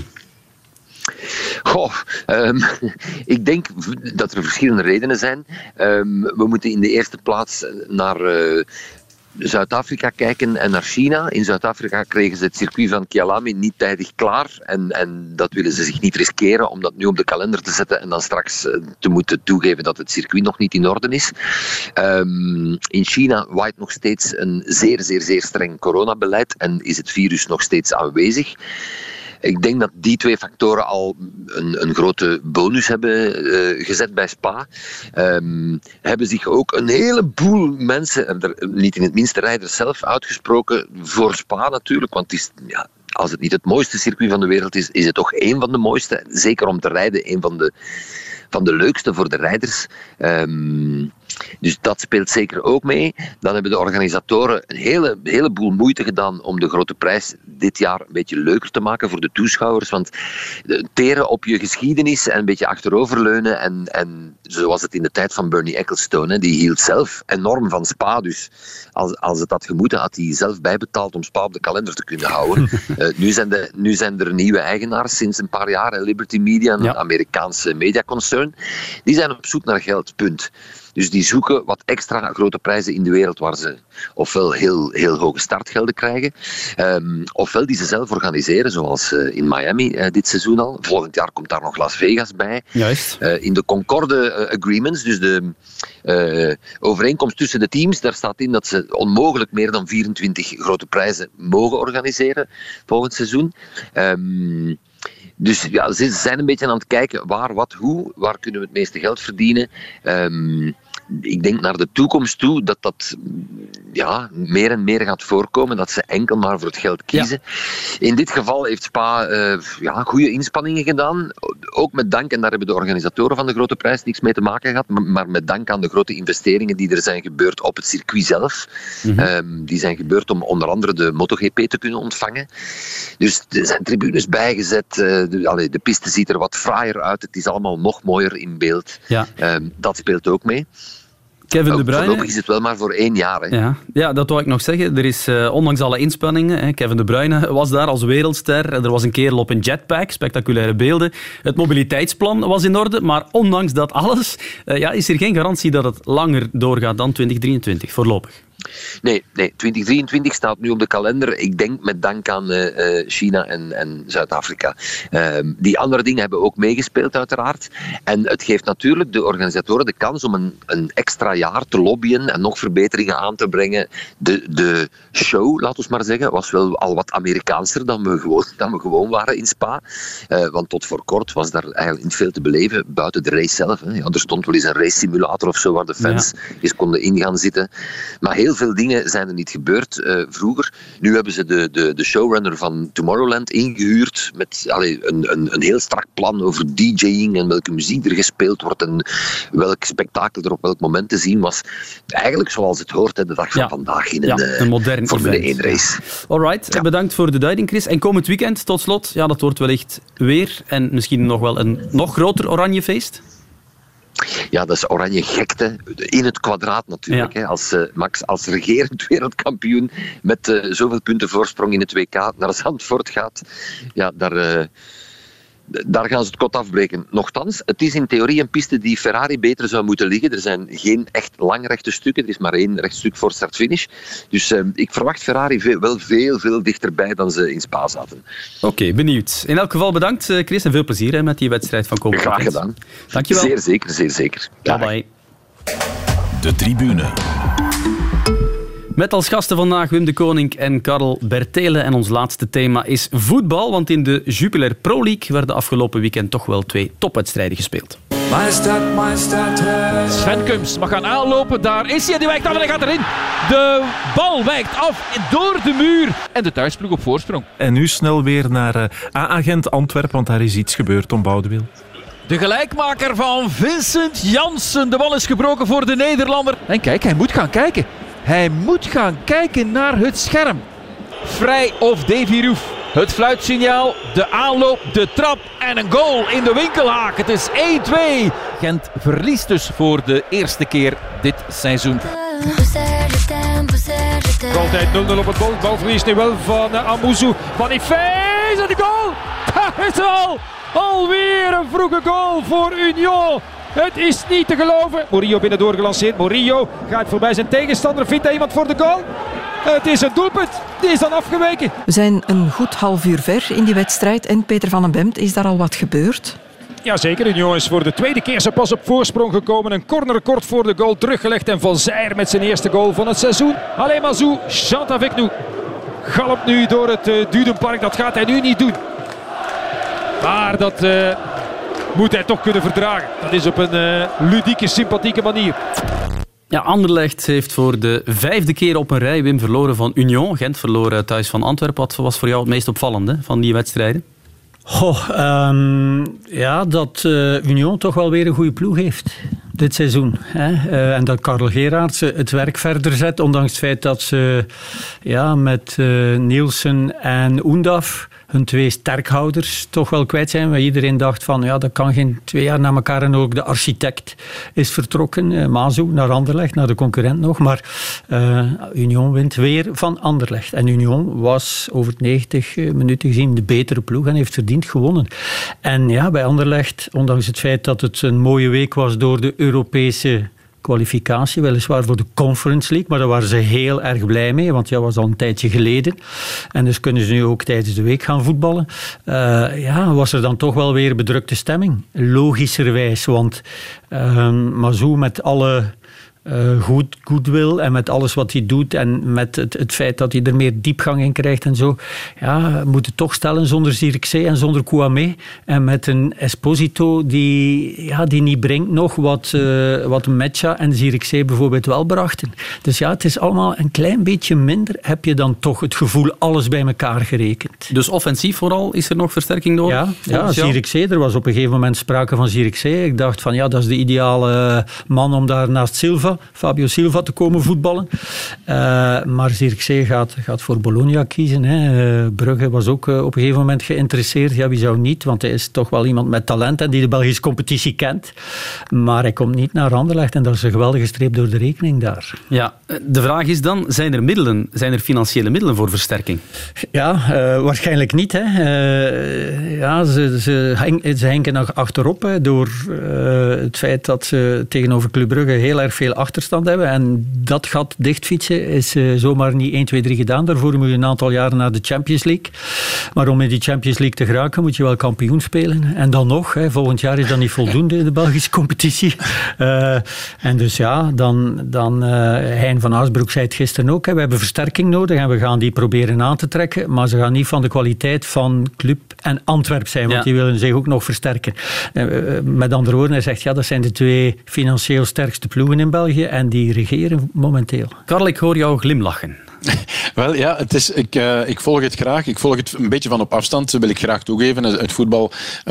Ik denk dat er verschillende redenen zijn. We moeten in de eerste plaats naar Zuid-Afrika kijken en naar China. In Zuid-Afrika kregen ze het circuit van Kyalami niet tijdig klaar. En dat willen ze zich niet riskeren om dat nu op de kalender te zetten en dan straks te moeten toegeven dat het circuit nog niet in orde is. In China waait nog steeds een zeer, zeer, zeer streng coronabeleid en is het virus nog steeds aanwezig. Ik denk dat die 2 factoren al een grote bonus hebben gezet bij Spa. Hebben zich ook een heleboel mensen, niet in het minste rijders zelf, uitgesproken voor Spa natuurlijk. Want het is, als het niet het mooiste circuit van de wereld is, is het toch één van de mooiste. Zeker om te rijden, één van de leukste voor de rijders. Dus dat speelt zeker ook mee. Dan hebben de organisatoren een heleboel moeite gedaan om de grote prijs dit jaar een beetje leuker te maken voor de toeschouwers. Want teren op je geschiedenis en een beetje achteroverleunen. En zoals het in de tijd van Bernie Ecclestone, die hield zelf enorm van Spa. Dus als het had gemoeten, had hij zelf bijbetaald om Spa op de kalender te kunnen houden. Nu zijn er nieuwe eigenaars sinds een paar jaar. Liberty Media, een Amerikaanse mediaconcern. Die zijn op zoek naar geld, punt. Dus die zoeken wat extra grote prijzen in de wereld waar ze ofwel heel hoge startgelden krijgen, ofwel die ze zelf organiseren, zoals in Miami dit seizoen al. Volgend jaar komt daar nog Las Vegas bij. Juist. In de Concorde Agreements, dus de overeenkomst tussen de teams, daar staat in dat ze onmogelijk meer dan 24 grote prijzen mogen organiseren volgend seizoen. Dus ze zijn een beetje aan het kijken waar, wat, hoe, waar kunnen we het meeste geld verdienen. ik denk naar de toekomst toe dat meer en meer gaat voorkomen, dat ze enkel maar voor het geld kiezen. Ja. In dit geval heeft Spa goede inspanningen gedaan, ook met dank, en daar hebben de organisatoren van de Grote Prijs niks mee te maken gehad, maar met dank aan de grote investeringen die er zijn gebeurd op het circuit zelf. Die zijn gebeurd om onder andere de MotoGP te kunnen ontvangen. Dus er zijn tribunes bijgezet, de piste ziet er wat fraaier uit, het is allemaal nog mooier in beeld. Ja. Dat speelt ook mee. Kevin De Bruyne. Voorlopig is het wel maar voor 1 jaar. Hè. Ja, dat wou ik nog zeggen. Er is, ondanks alle inspanningen, Kevin De Bruyne was daar als wereldster. Er was een kerel op een jetpack, spectaculaire beelden. Het mobiliteitsplan was in orde, maar ondanks dat alles is er geen garantie dat het langer doorgaat dan 2023, voorlopig. Nee, 2023 staat nu op de kalender. Ik denk met dank aan China en Zuid-Afrika. Die andere dingen hebben ook meegespeeld uiteraard. En het geeft natuurlijk de organisatoren de kans om een extra jaar te lobbyen en nog verbeteringen aan te brengen. De show, laten we maar zeggen, was wel al wat Amerikaanser dan we gewoon waren in Spa. Want tot voor kort was daar eigenlijk niet veel te beleven buiten de race zelf. Hè. Ja, er stond wel eens een race simulator of zo waar de fans eens konden in gaan zitten. Maar heel veel dingen zijn er niet gebeurd vroeger. Nu hebben ze de showrunner van Tomorrowland ingehuurd met een heel strak plan over DJing en welke muziek er gespeeld wordt en welk spektakel er op welk moment te zien was. Eigenlijk zoals het hoort, de dag van vandaag in een moderne Formule 1 race. Alright, bedankt voor de duiding, Chris. En komend weekend, tot slot, dat wordt wellicht weer en misschien nog wel een nog groter oranje feest. Ja, dat is oranje gekte in het kwadraat natuurlijk. Ja. Hè. Als Max als regerend wereldkampioen met zoveel punten voorsprong in het WK naar Zandvoort gaat, daar gaan ze het kot afbreken. Nochtans, het is in theorie een piste die Ferrari beter zou moeten liggen. Er zijn geen echt langrechte stukken. Er is maar 1 rechtstuk voor start-finish. Dus ik verwacht Ferrari wel veel dichterbij dan ze in Spa zaten. Oké, benieuwd. In elk geval bedankt, Chris, en veel plezier met die wedstrijd van komend weekend. Graag gedaan. Dankjewel. Zeer zeker. Bye. De tribune. Met als gasten vandaag Wim de Koning en Karel Bertele. En ons laatste thema is voetbal, want in de Jupiler Pro League werden afgelopen weekend toch wel 2 topwedstrijden gespeeld. Majesteit. Sven Kums mag gaan aanlopen. Daar is hij en die wijkt af en hij gaat erin. De bal wijkt af door de muur. En de thuisploeg op voorsprong. En nu snel weer naar A-agent Antwerpen, want daar is iets gebeurd om Boudewiel. De gelijkmaker van Vincent Janssen. De bal is gebroken voor de Nederlander. En kijk, hij moet gaan kijken. Hij moet gaan kijken naar het scherm. Vrij of Davy Roef. Het fluitsignaal, de aanloop, de trap en een goal in de winkelhaak. Het is 1-2. Gent verliest dus voor de eerste keer dit seizoen. Altijd 0-0 op het goal. Balverlies nu wel van Amouzou. Boniface en de goal. Daar is al. Alweer een vroege goal voor Union. Het is niet te geloven. Murillo binnendoor gelanceerd. Murillo gaat voorbij zijn tegenstander. Vindt hij iemand voor de goal? Het is een doelpunt. Die is dan afgeweken. We zijn een goed half uur ver in die wedstrijd. En Peter van den Bemt, is daar al wat gebeurd? Jazeker, Union is voor de tweede keer zo pas op voorsprong gekomen. Een corner kort voor de goal teruggelegd. En Van Zijr met zijn eerste goal van het seizoen. Alain Mazou, chante avec nous. Galop nu door het Dudenpark. Dat gaat hij nu niet doen. Maar dat moet hij toch kunnen verdragen. Dat is op een ludieke, sympathieke manier. Ja, Anderlecht heeft voor de 5e keer op een rij, Wim, verloren van Union. Gent verloor thuis van Antwerpen. Wat was voor jou het meest opvallende van die wedstrijden? Dat Union toch wel weer een goede ploeg heeft dit seizoen. En dat Karel Gerards het werk verder zet, ondanks het feit dat ze met Nielsen en Oendaf, hun 2 sterkhouders, toch wel kwijt zijn. Waar iedereen dacht van, dat kan geen 2 jaar na elkaar. En ook de architect is vertrokken, Mazou, naar Anderlecht, naar de concurrent nog. Maar Union wint weer van Anderlecht. En Union was over 90 minuten gezien de betere ploeg en heeft verdiend gewonnen. En bij Anderlecht, ondanks het feit dat het een mooie week was door de Europese kwalificatie, weliswaar voor de Conference League, maar daar waren ze heel erg blij mee, want dat was al een tijdje geleden. En dus kunnen ze nu ook tijdens de week gaan voetballen. Was er dan toch wel weer bedrukte stemming. Logischerwijs, want Mazou met alle goodwill en met alles wat hij doet en met het feit dat hij er meer diepgang in krijgt en zo, ja, moet het toch stellen zonder Zirkzee en zonder Kouamé en met een Esposito die niet brengt nog wat Mecha en Zirkzee bijvoorbeeld wel brachten. Dus ja, het is allemaal een klein beetje minder, heb je dan toch het gevoel alles bij elkaar gerekend. Dus offensief vooral, is er nog versterking nodig? Ja, Zirkzee, er was op een gegeven moment sprake van Zirkzee. Ik dacht van ja, dat is de ideale man om daar naast Fabio Silva te komen voetballen. Maar Zirkzee gaat voor Bologna kiezen. Hè. Brugge was ook op een gegeven moment geïnteresseerd. Ja, wie zou niet? Want hij is toch wel iemand met talent en die de Belgische competitie kent. Maar hij komt niet naar Anderlecht en dat is een geweldige streep door de rekening daar. Ja, de vraag is dan, zijn er financiële middelen voor versterking? Ja, waarschijnlijk niet. Hè. Ze henken nog achterop hè, door het feit dat ze tegenover Club Brugge heel erg veel achterstand hebben. En dat gat dichtfietsen is zomaar niet 1, 2, 3 gedaan. Daarvoor moet je een aantal jaren naar de Champions League. Maar om in die Champions League te geraken moet je wel kampioen spelen. En dan nog, hè, volgend jaar is dat niet voldoende in de Belgische competitie. En dus ja, dan Hein van Aasbroek zei het gisteren ook. Hè, we hebben versterking nodig en we gaan die proberen aan te trekken. Maar ze gaan niet van de kwaliteit van Club en Antwerp zijn, want die willen zich ook nog versterken. Met andere woorden, hij zegt ja, dat zijn de 2 financieel sterkste ploegen in België en die regeren momenteel. Karl, ik hoor jou glimlachen. Wel ja, ik volg het graag. Ik volg het een beetje van op afstand, wil ik graag toegeven. Het voetbal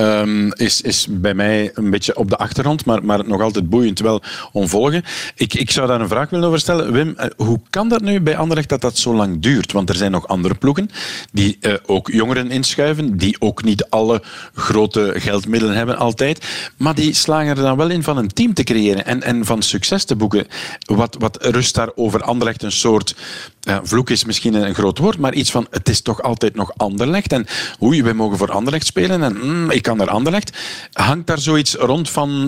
is bij mij een beetje op de achtergrond, maar nog altijd boeiend wel om volgen. Ik zou daar een vraag willen over stellen. Wim, hoe kan dat nu bij Anderlecht dat zo lang duurt? Want er zijn nog andere ploegen die ook jongeren inschuiven, die ook niet alle grote geldmiddelen hebben altijd, maar die slagen er dan wel in van een team te creëren en van succes te boeken. Wat rust daar over Anderlecht een soort... vloek is misschien een groot woord, maar iets van het is toch altijd nog Anderlecht en wij mogen voor Anderlecht spelen en ik kan naar Anderlecht. Hangt daar zoiets rond van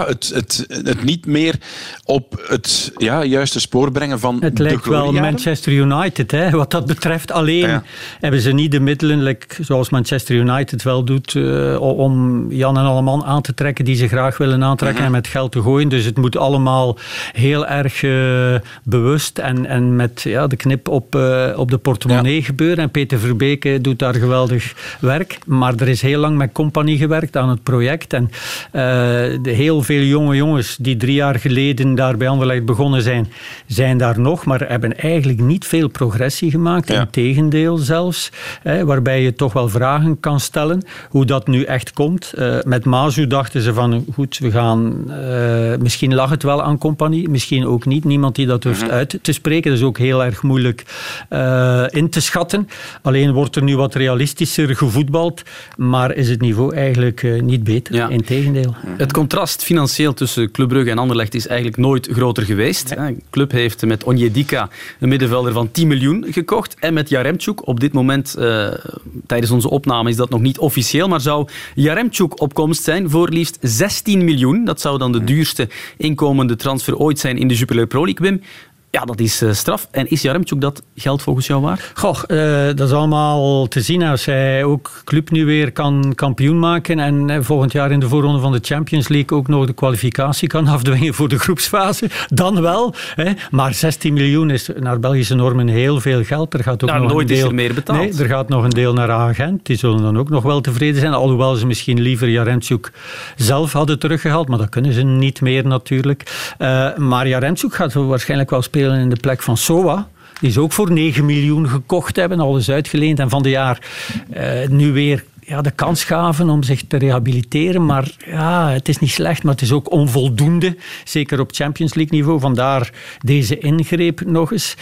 het niet meer op het juiste spoor brengen van het de lijkt wel Manchester United, hè, wat dat betreft. Alleen hebben ze niet de middelen, zoals Manchester United wel doet, om Jan en Alleman aan te trekken die ze graag willen aantrekken en met geld te gooien. Dus het moet allemaal heel erg bewust en met de knip op de portemonnee gebeuren. En Peter Verbeke doet daar geweldig werk. Maar er is heel lang met Compagnie gewerkt aan het project. En heel veel jonge jongens die 3 jaar geleden daar bij Anderlecht begonnen zijn daar nog, maar hebben eigenlijk niet veel progressie gemaakt. Integendeel zelfs. Waarbij je toch wel vragen kan stellen hoe dat nu echt komt. Met Mazu dachten ze van goed, we gaan... misschien lag het wel aan Compagnie, misschien ook niet. Niemand die dat durft uit te spreken. Dat is ook heel erg moeilijk in te schatten. Alleen wordt er nu wat realistischer gevoetbald, maar is het niveau eigenlijk niet beter. Integendeel. Het contrast financieel tussen Club Brugge en Anderlecht is eigenlijk nooit groter geweest. De club heeft met Onyedika een middenvelder van 10 miljoen gekocht en met Yaremchuk op dit moment, tijdens onze opname is dat nog niet officieel, maar zou Yaremchuk op komst zijn voor liefst 16 miljoen. Dat zou dan de duurste inkomende transfer ooit zijn in de Jupiler Pro League, Wim. Ja, dat is straf. En is Yaremchuk dat geld volgens jou waard? Goh, dat is allemaal te zien. Als hij ook club nu weer kan kampioen maken en volgend jaar in de voorronde van de Champions League ook nog de kwalificatie kan afdwingen voor de groepsfase, dan wel. Hè. Maar 16 miljoen is naar Belgische normen heel veel geld. Er gaat ook nog nooit een deel, is er meer betaald. Nee, er gaat nog een deel naar Agent. Die zullen dan ook nog wel tevreden zijn. Alhoewel ze misschien liever Yaremchuk zelf hadden teruggehaald. Maar dat kunnen ze niet meer natuurlijk. Maar Yaremchuk gaat waarschijnlijk wel spelen in de plek van Sowa. Die is ook voor 9 miljoen gekocht hebben, alles uitgeleend. En van de jaar nu weer de kans gaven om zich te rehabiliteren. Maar het is niet slecht, maar het is ook onvoldoende. Zeker op Champions League niveau. Vandaar deze ingreep nog eens.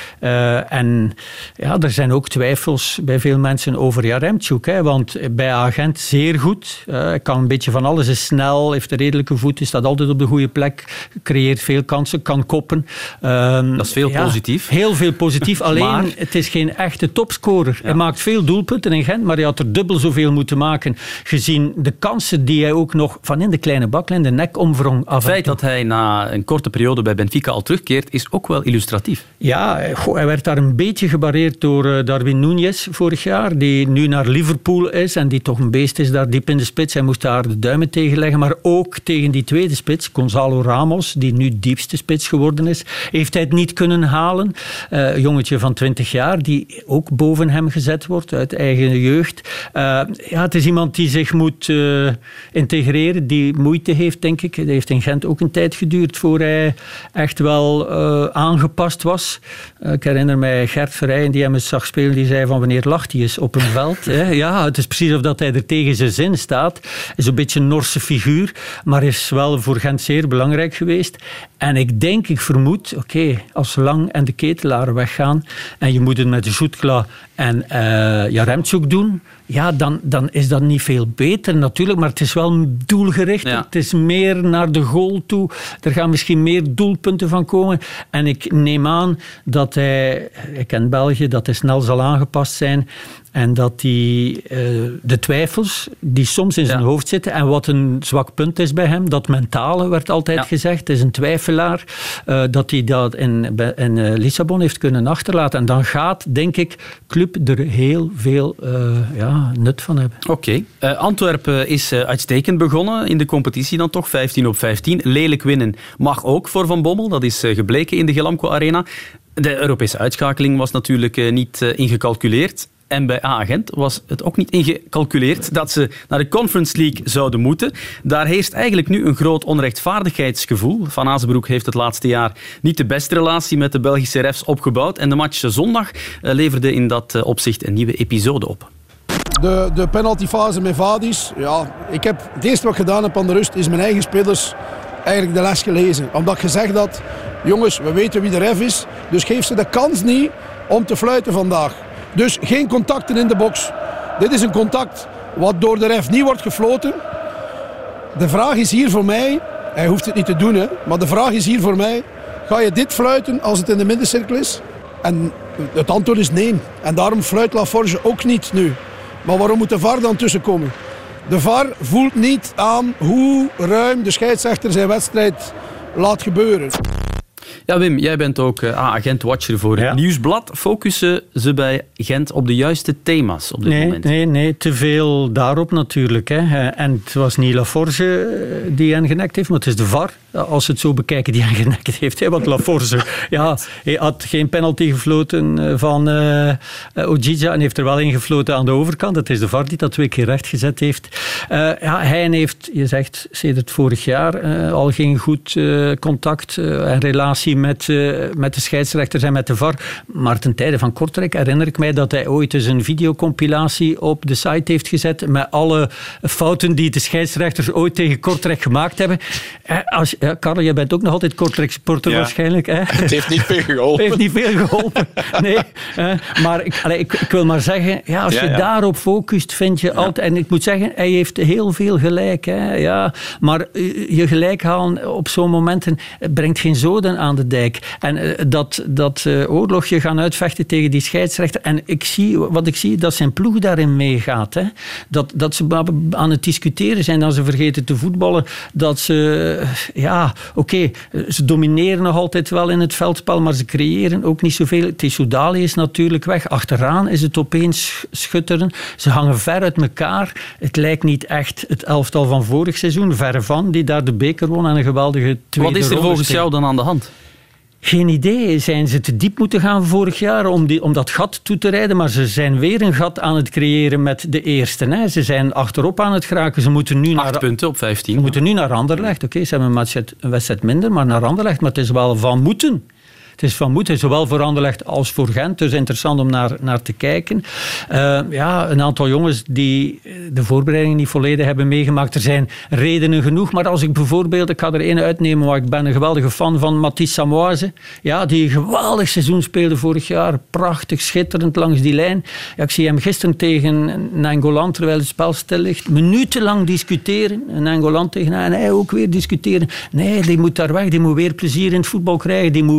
En er zijn ook twijfels bij veel mensen over Yaremchuk. Want bij Agent zeer goed. Hij kan een beetje van alles. Is snel, heeft een redelijke voet, staat altijd op de goede plek. Creëert veel kansen, kan koppen. Dat is veel positief. Heel veel positief. Alleen, het is geen echte topscorer. Hij maakt veel doelpunten in Gent, maar hij had er dubbel zoveel moeten maken, gezien de kansen die hij ook nog van in de kleine baklijn de nek omwrong. Het feit dat hij na een korte periode bij Benfica al terugkeert, is ook wel illustratief. Ja, hij werd daar een beetje gebareerd door Darwin Núñez vorig jaar, die nu naar Liverpool is en die toch een beest is daar diep in de spits. Hij moest daar de duimen tegen leggen, maar ook tegen die tweede spits, Gonzalo Ramos, die nu diepste spits geworden is, heeft hij het niet kunnen halen. Een jongetje van 20 jaar, die ook boven hem gezet wordt uit eigen jeugd. Het is iemand die zich moet integreren, die moeite heeft, denk ik. Het heeft in Gent ook een tijd geduurd voor hij echt wel aangepast was. Ik herinner mij Gert Verrijen, die hem eens zag spelen, die zei van wanneer lacht hij eens op een veld. Hè? Ja, het is precies of dat hij er tegen zijn zin staat. Is een beetje een Norse figuur, maar is wel voor Gent zeer belangrijk geweest. En ik vermoed, als Lang en de Ketelaar weggaan en je moet het met Žutkla en Jaremchuk doen, ja, dan is dat niet veel beter natuurlijk, maar het is wel doelgericht. Ja. Het is meer naar de goal toe. Er gaan misschien meer doelpunten van komen. En ik neem aan dat ik ken België, dat hij snel zal aangepast zijn. En dat de twijfels die soms in zijn hoofd zitten, en wat een zwak punt is bij hem, dat mentale werd altijd gezegd, het is een twijfelaar, dat hij dat in Lissabon heeft kunnen achterlaten. En dan gaat, denk ik, club er heel veel nut van hebben. Oké. Antwerpen is uitstekend begonnen in de competitie dan toch, 15-15. Lelijk winnen mag ook voor Van Bommel, dat is gebleken in de Ghelamco Arena. De Europese uitschakeling was natuurlijk niet ingecalculeerd. En bij AA Gent was het ook niet ingecalculeerd dat ze naar de Conference League zouden moeten. Daar heerst eigenlijk nu een groot onrechtvaardigheidsgevoel. Van Azenbroek heeft het laatste jaar niet de beste relatie met de Belgische refs opgebouwd. En de match zondag leverde in dat opzicht een nieuwe episode op. De penaltyfase met Vadis. Ja, het eerste wat ik gedaan heb aan de rust is mijn eigen spelers eigenlijk de les gelezen. Omdat ik gezegd had, jongens, we weten wie de ref is. Dus geef ze de kans niet om te fluiten vandaag. Dus geen contacten in de box. Dit is een contact wat door de ref niet wordt gefloten. De vraag is hier voor mij, hij hoeft het niet te doen, hè, maar de vraag is hier voor mij, ga je dit fluiten als het in de middencirkel is? En het antwoord is nee. En daarom fluit Laforge ook niet nu. Maar waarom moet de VAR dan tussenkomen? De VAR voelt niet aan hoe ruim de scheidsrechter zijn wedstrijd laat gebeuren. Ja, Wim, jij bent ook Gent-watcher voor het Nieuwsblad. Focussen ze bij Gent op de juiste thema's op dit moment? Nee, te veel daarop natuurlijk. Hè. En het was niet Laforge die hen genekt heeft, maar het is de VAR, als ze het zo bekijken, die hen genekt heeft. Hè. Want Laforge hij had geen penalty gefloten van Ojija en heeft er wel een gefloten aan de overkant. Het is de VAR die dat 2 keer rechtgezet heeft. Hij heeft, je zegt, sedert vorig jaar al geen goed contact en relatie met de scheidsrechters en met de VAR. Maar ten tijde van Kortrijk herinner ik mij dat hij ooit eens een videocompilatie op de site heeft gezet met alle fouten die de scheidsrechters ooit tegen Kortrijk gemaakt hebben. Karel, jij bent ook nog altijd Kortrijk-supporter waarschijnlijk. Hè? Het heeft niet veel geholpen. Het heeft niet veel geholpen, nee. Maar ik wil maar zeggen, als je daarop focust, vind je altijd... En ik moet zeggen, hij heeft heel veel gelijk. Hè? Ja, maar je gelijk halen op zo'n momenten brengt geen zoden aan de dijk. En dat oorlogje gaan uitvechten tegen die scheidsrechter. En wat ik zie, dat zijn ploeg daarin meegaat. Hè? Dat ze aan het discussiëren zijn, dat ze vergeten te voetballen. Dat ze, ze domineren nog altijd wel in het veldspel, maar ze creëren ook niet zoveel. Tessoudali is natuurlijk weg. Achteraan is het opeens schutteren. Ze hangen ver uit elkaar. Het lijkt niet echt het elftal van vorig seizoen. Verre van, die daar de beker won en een geweldige tweede. Wat is er volgens jou dan aan de hand? Geen idee. Zijn ze te diep moeten gaan vorig jaar om dat gat toe te rijden? Maar ze zijn weer een gat aan het creëren met de eerste. Hè. Ze zijn achterop aan het geraken. Ze moeten nu 8 punten op 15. Ze moeten nu naar Anderlecht. Oké, ze hebben een wedstrijd minder, maar naar Anderlecht. Maar het is wel van moeten. Het is van moeten, zowel voor Anderlecht als voor Gent. Dus interessant om naar te kijken. Een aantal jongens die de voorbereiding niet volledig hebben meegemaakt. Er zijn redenen genoeg. Maar als ik bijvoorbeeld, ik ga er één uitnemen, waar ik ben een geweldige fan van, Mathis Samoise. Ja, die een geweldig seizoen speelde vorig jaar. Prachtig, schitterend langs die lijn. Ja, ik zie hem gisteren tegen Nainggolan, terwijl het spel stil ligt, minutenlang discussiëren. Nainggolan tegen hij en hij ook weer discussiëren. Nee, die moet daar weg. Die moet weer plezier in het voetbal krijgen. Die moet weer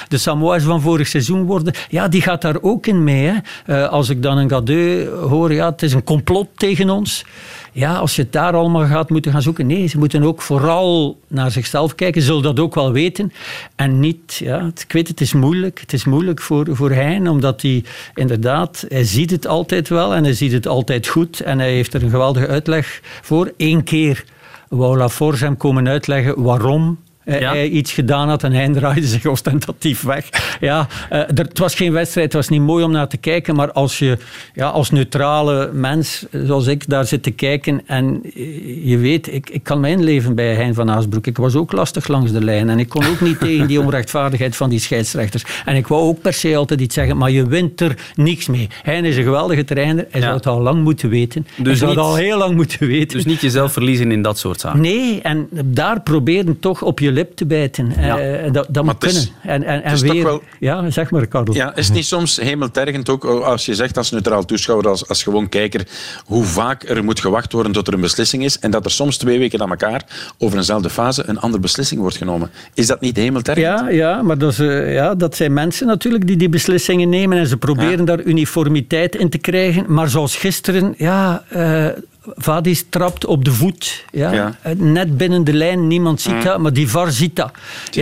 de Samoa's van vorig seizoen worden. Ja, die gaat daar ook in mee. Hè. Als ik dan een Gadeu hoor, ja, het is een complot tegen ons. Ja, als je het daar allemaal gaat moeten gaan zoeken. Nee, ze moeten ook vooral naar zichzelf kijken. Ze zullen dat ook wel weten. En niet, ja, ik weet, het is moeilijk. Het is moeilijk voor Hein, omdat hij inderdaad, hij ziet het altijd wel en hij ziet het altijd goed. En hij heeft er een geweldige uitleg voor. 1 keer wou Laforge hem komen uitleggen waarom hij iets gedaan had en hij draaide zich ostentatief weg. Ja, het was geen wedstrijd, het was niet mooi om naar te kijken, maar als je als neutrale mens, zoals ik, daar zit te kijken en je weet, ik kan me inleven bij Hein van Haasbroek. Ik was ook lastig langs de lijn en ik kon ook niet tegen die onrechtvaardigheid van die scheidsrechters. En ik wou ook per se altijd iets zeggen, maar je wint er niks mee. Hein is een geweldige trainer, hij zou het al lang moeten weten. Dus hij zou het al heel lang moeten weten. Dus niet jezelf verliezen in dat soort zaken. Nee, en daar proberen toch op je lip te bijten. Dat moet kunnen. En weer... Wel... Ja, zeg maar, Karel. Ja, is het niet soms hemeltergend ook als je zegt als neutraal toeschouwer, als gewoon kijker, hoe vaak er moet gewacht worden tot er een beslissing is en dat er soms 2 weken aan elkaar over eenzelfde fase een andere beslissing wordt genomen. Is dat niet hemeltergend? Ja, maar dat zijn mensen natuurlijk die beslissingen nemen en ze proberen daar uniformiteit in te krijgen. Maar zoals gisteren, Vadis trapt op de voet. Net binnen de lijn, niemand ziet dat, maar die VAR ziet dat.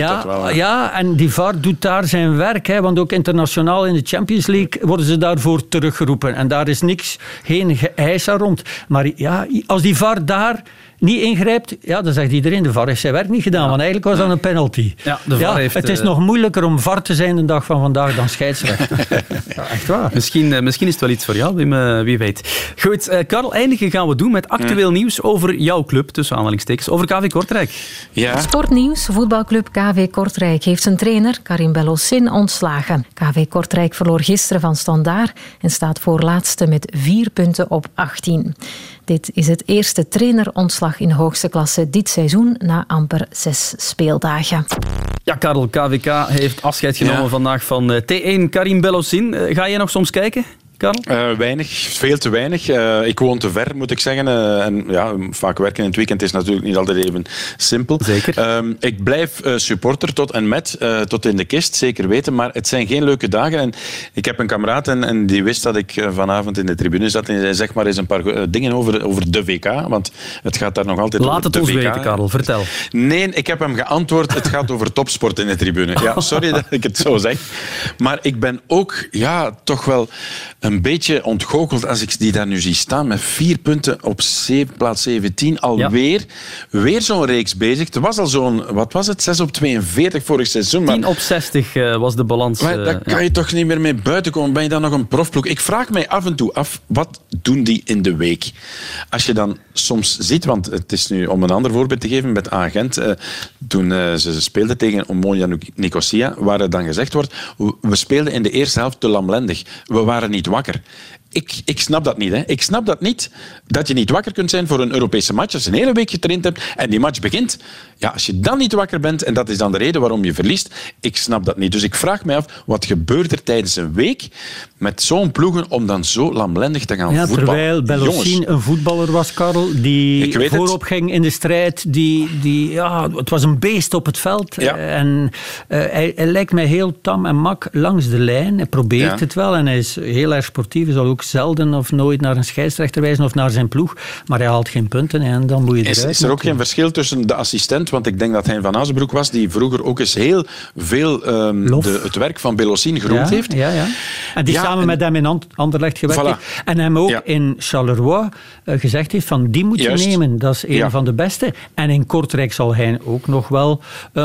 En die VAR doet daar zijn werk, hè, want ook internationaal in de Champions League worden ze daarvoor teruggeroepen. En daar is niks, geen geheisa rond. Maar als die VAR daar niet ingrijpt, dan zegt iedereen, de VAR heeft zijn werk niet gedaan, want eigenlijk was dat een penalty. Ja, de VAR heeft, het is nog moeilijker om VAR te zijn de dag van vandaag dan scheidsrechter. Echt waar. Misschien is het wel iets voor jou, Wim, wie weet. Goed, Karel, eindigen gaan we doen met actueel nieuws over jouw club, tussen aanhalingstekens, over KV Kortrijk. Ja. Sportnieuws. Voetbalclub KV Kortrijk heeft zijn trainer Karim Belhossein ontslagen. KV Kortrijk verloor gisteren van Standaard en staat voorlaatste met 4 punten op 18. Dit is het eerste trainerontslag in hoogste klasse dit seizoen na amper 6 speeldagen. Ja, Karel, KVK heeft afscheid genomen vandaag van T1 Karim Belhossein. Ga jij nog soms kijken? Weinig, veel te weinig. Ik woon te ver, moet ik zeggen. Vaak werken in het weekend is natuurlijk niet altijd even simpel. Zeker. Ik blijf supporter tot en met, tot in de kist, zeker weten. Maar het zijn geen leuke dagen. En ik heb een kameraad en die wist dat ik vanavond in de tribune zat. En hij zei, zeg maar eens een paar dingen over de VK. Want het gaat daar nog altijd over de VK. Laat het ons weten, Karel. Vertel. Nee, ik heb hem geantwoord. Het gaat over topsport in de tribune. Ja, sorry dat ik het zo zeg. Maar ik ben ook toch wel een beetje ontgoocheld als ik die daar nu zie staan met 4 punten op plaats 17. Alweer weer zo'n reeks bezig. Er was al zo'n, wat was het, 6 op 42 vorig seizoen. 10 op 60 was de balans. Maar daar kan je toch niet meer mee buiten komen. Ben je dan nog een profploeg? Ik vraag mij af en toe af, wat doen die in de week? Als je dan soms ziet, want het is nu om een ander voorbeeld te geven met Agent, toen ze speelden tegen Omonia Nicosia, waar het dan gezegd wordt, we speelden in de eerste helft te lamlendig. We waren niet wakker. Ik snap dat niet. Hè. Ik snap dat niet, dat je niet wakker kunt zijn voor een Europese match als je een hele week getraind hebt en die match begint. Ja, als je dan niet wakker bent, en dat is dan de reden waarom je verliest, ik snap dat niet. Dus ik vraag mij af, wat gebeurt er tijdens een week met zo'n ploegen om dan zo lamlendig te gaan voetballen? Terwijl Belhossein een voetballer was, Karel, die voorop ging in de strijd. Het was een beest op het veld. Ja. En hij lijkt mij heel tam en mak langs de lijn. Hij probeert het wel en hij is heel erg sportief. Hij zal ook zelden of nooit naar een scheidsrechter wijzen of naar zijn ploeg. Maar hij haalt geen punten en dan moet je eruit. Is er ook geen verschil tussen de assistent, want ik denk dat Hein van Haasbroek was, die vroeger ook eens heel veel het werk van Belhossein geroemd heeft. Ja. En die samen met hem in Anderlecht gewerkt heeft. En hem ook in Charleroi gezegd heeft van die moet je nemen. Dat is een van de beste. En in Kortrijk zal hij ook nog wel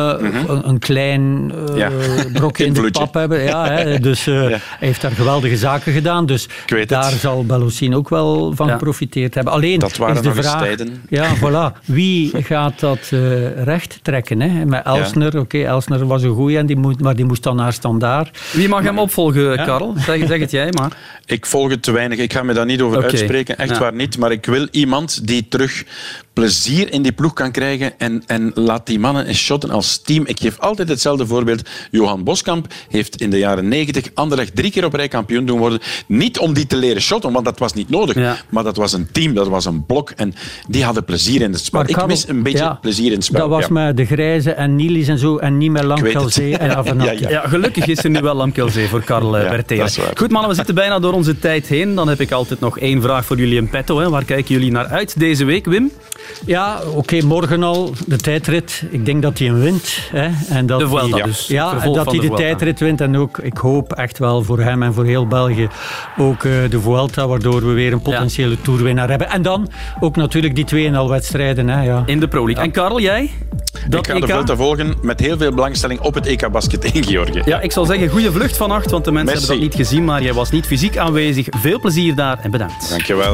een klein brokje in de pap hebben. Dus hij heeft daar geweldige zaken gedaan. Dus daar zal Belhossein ook wel van geprofiteerd hebben. Alleen dat waren is de nog vraag, tijden. Ja, voilà. Wie gaat dat recht trekken? Hè? Met Elsner, Elsner was een goeie, maar die moest dan naar Standaard. Wie mag hem opvolgen, Karel? Zeg het jij maar. Ik volg het te weinig. Ik ga me daar niet over uitspreken. Echt waar niet. Maar ik wil iemand die terug plezier in die ploeg kan krijgen en laat die mannen eens shotten als team. Ik geef altijd hetzelfde voorbeeld. Johan Boskamp heeft in de jaren 90 Anderlecht 3 keer op rij kampioen doen worden. Niet om die te leren shotten, want dat was niet nodig. Ja. Maar dat was een team, dat was een blok. En die hadden plezier in het spel. Ik mis een beetje plezier in het spel. Dat was met de Grijze en Nilis en zo, en niet met Lamkelzee en Avenatti. Ja, gelukkig is er nu wel Lamkelzee voor Karl Bertelen. Goed mannen, we zitten bijna door onze tijd heen. Dan heb ik altijd nog 1 vraag voor jullie in petto. Hè. Waar kijken jullie naar uit deze week, Wim? Ja, oké, morgen al de tijdrit. Ik denk dat hij hem wint. Hè. En dat de Vuelta dus. Ja, en dat hij de tijdrit wint. En ook, ik hoop echt wel voor hem en voor heel België ook de Vuelta, waardoor we weer een potentiële toerwinnaar hebben. En dan ook natuurlijk die 2,5 wedstrijden. Hè, ja. In de Pro League. En Karel, jij? Ik ga de Vuelta volgen met heel veel belangstelling op het EK-basket in Georgië. Ja, ik zal zeggen, goede vlucht vannacht, want de mensen hebben dat niet gezien, maar jij was niet fysiek aanwezig. Veel plezier daar en bedankt. Dankjewel.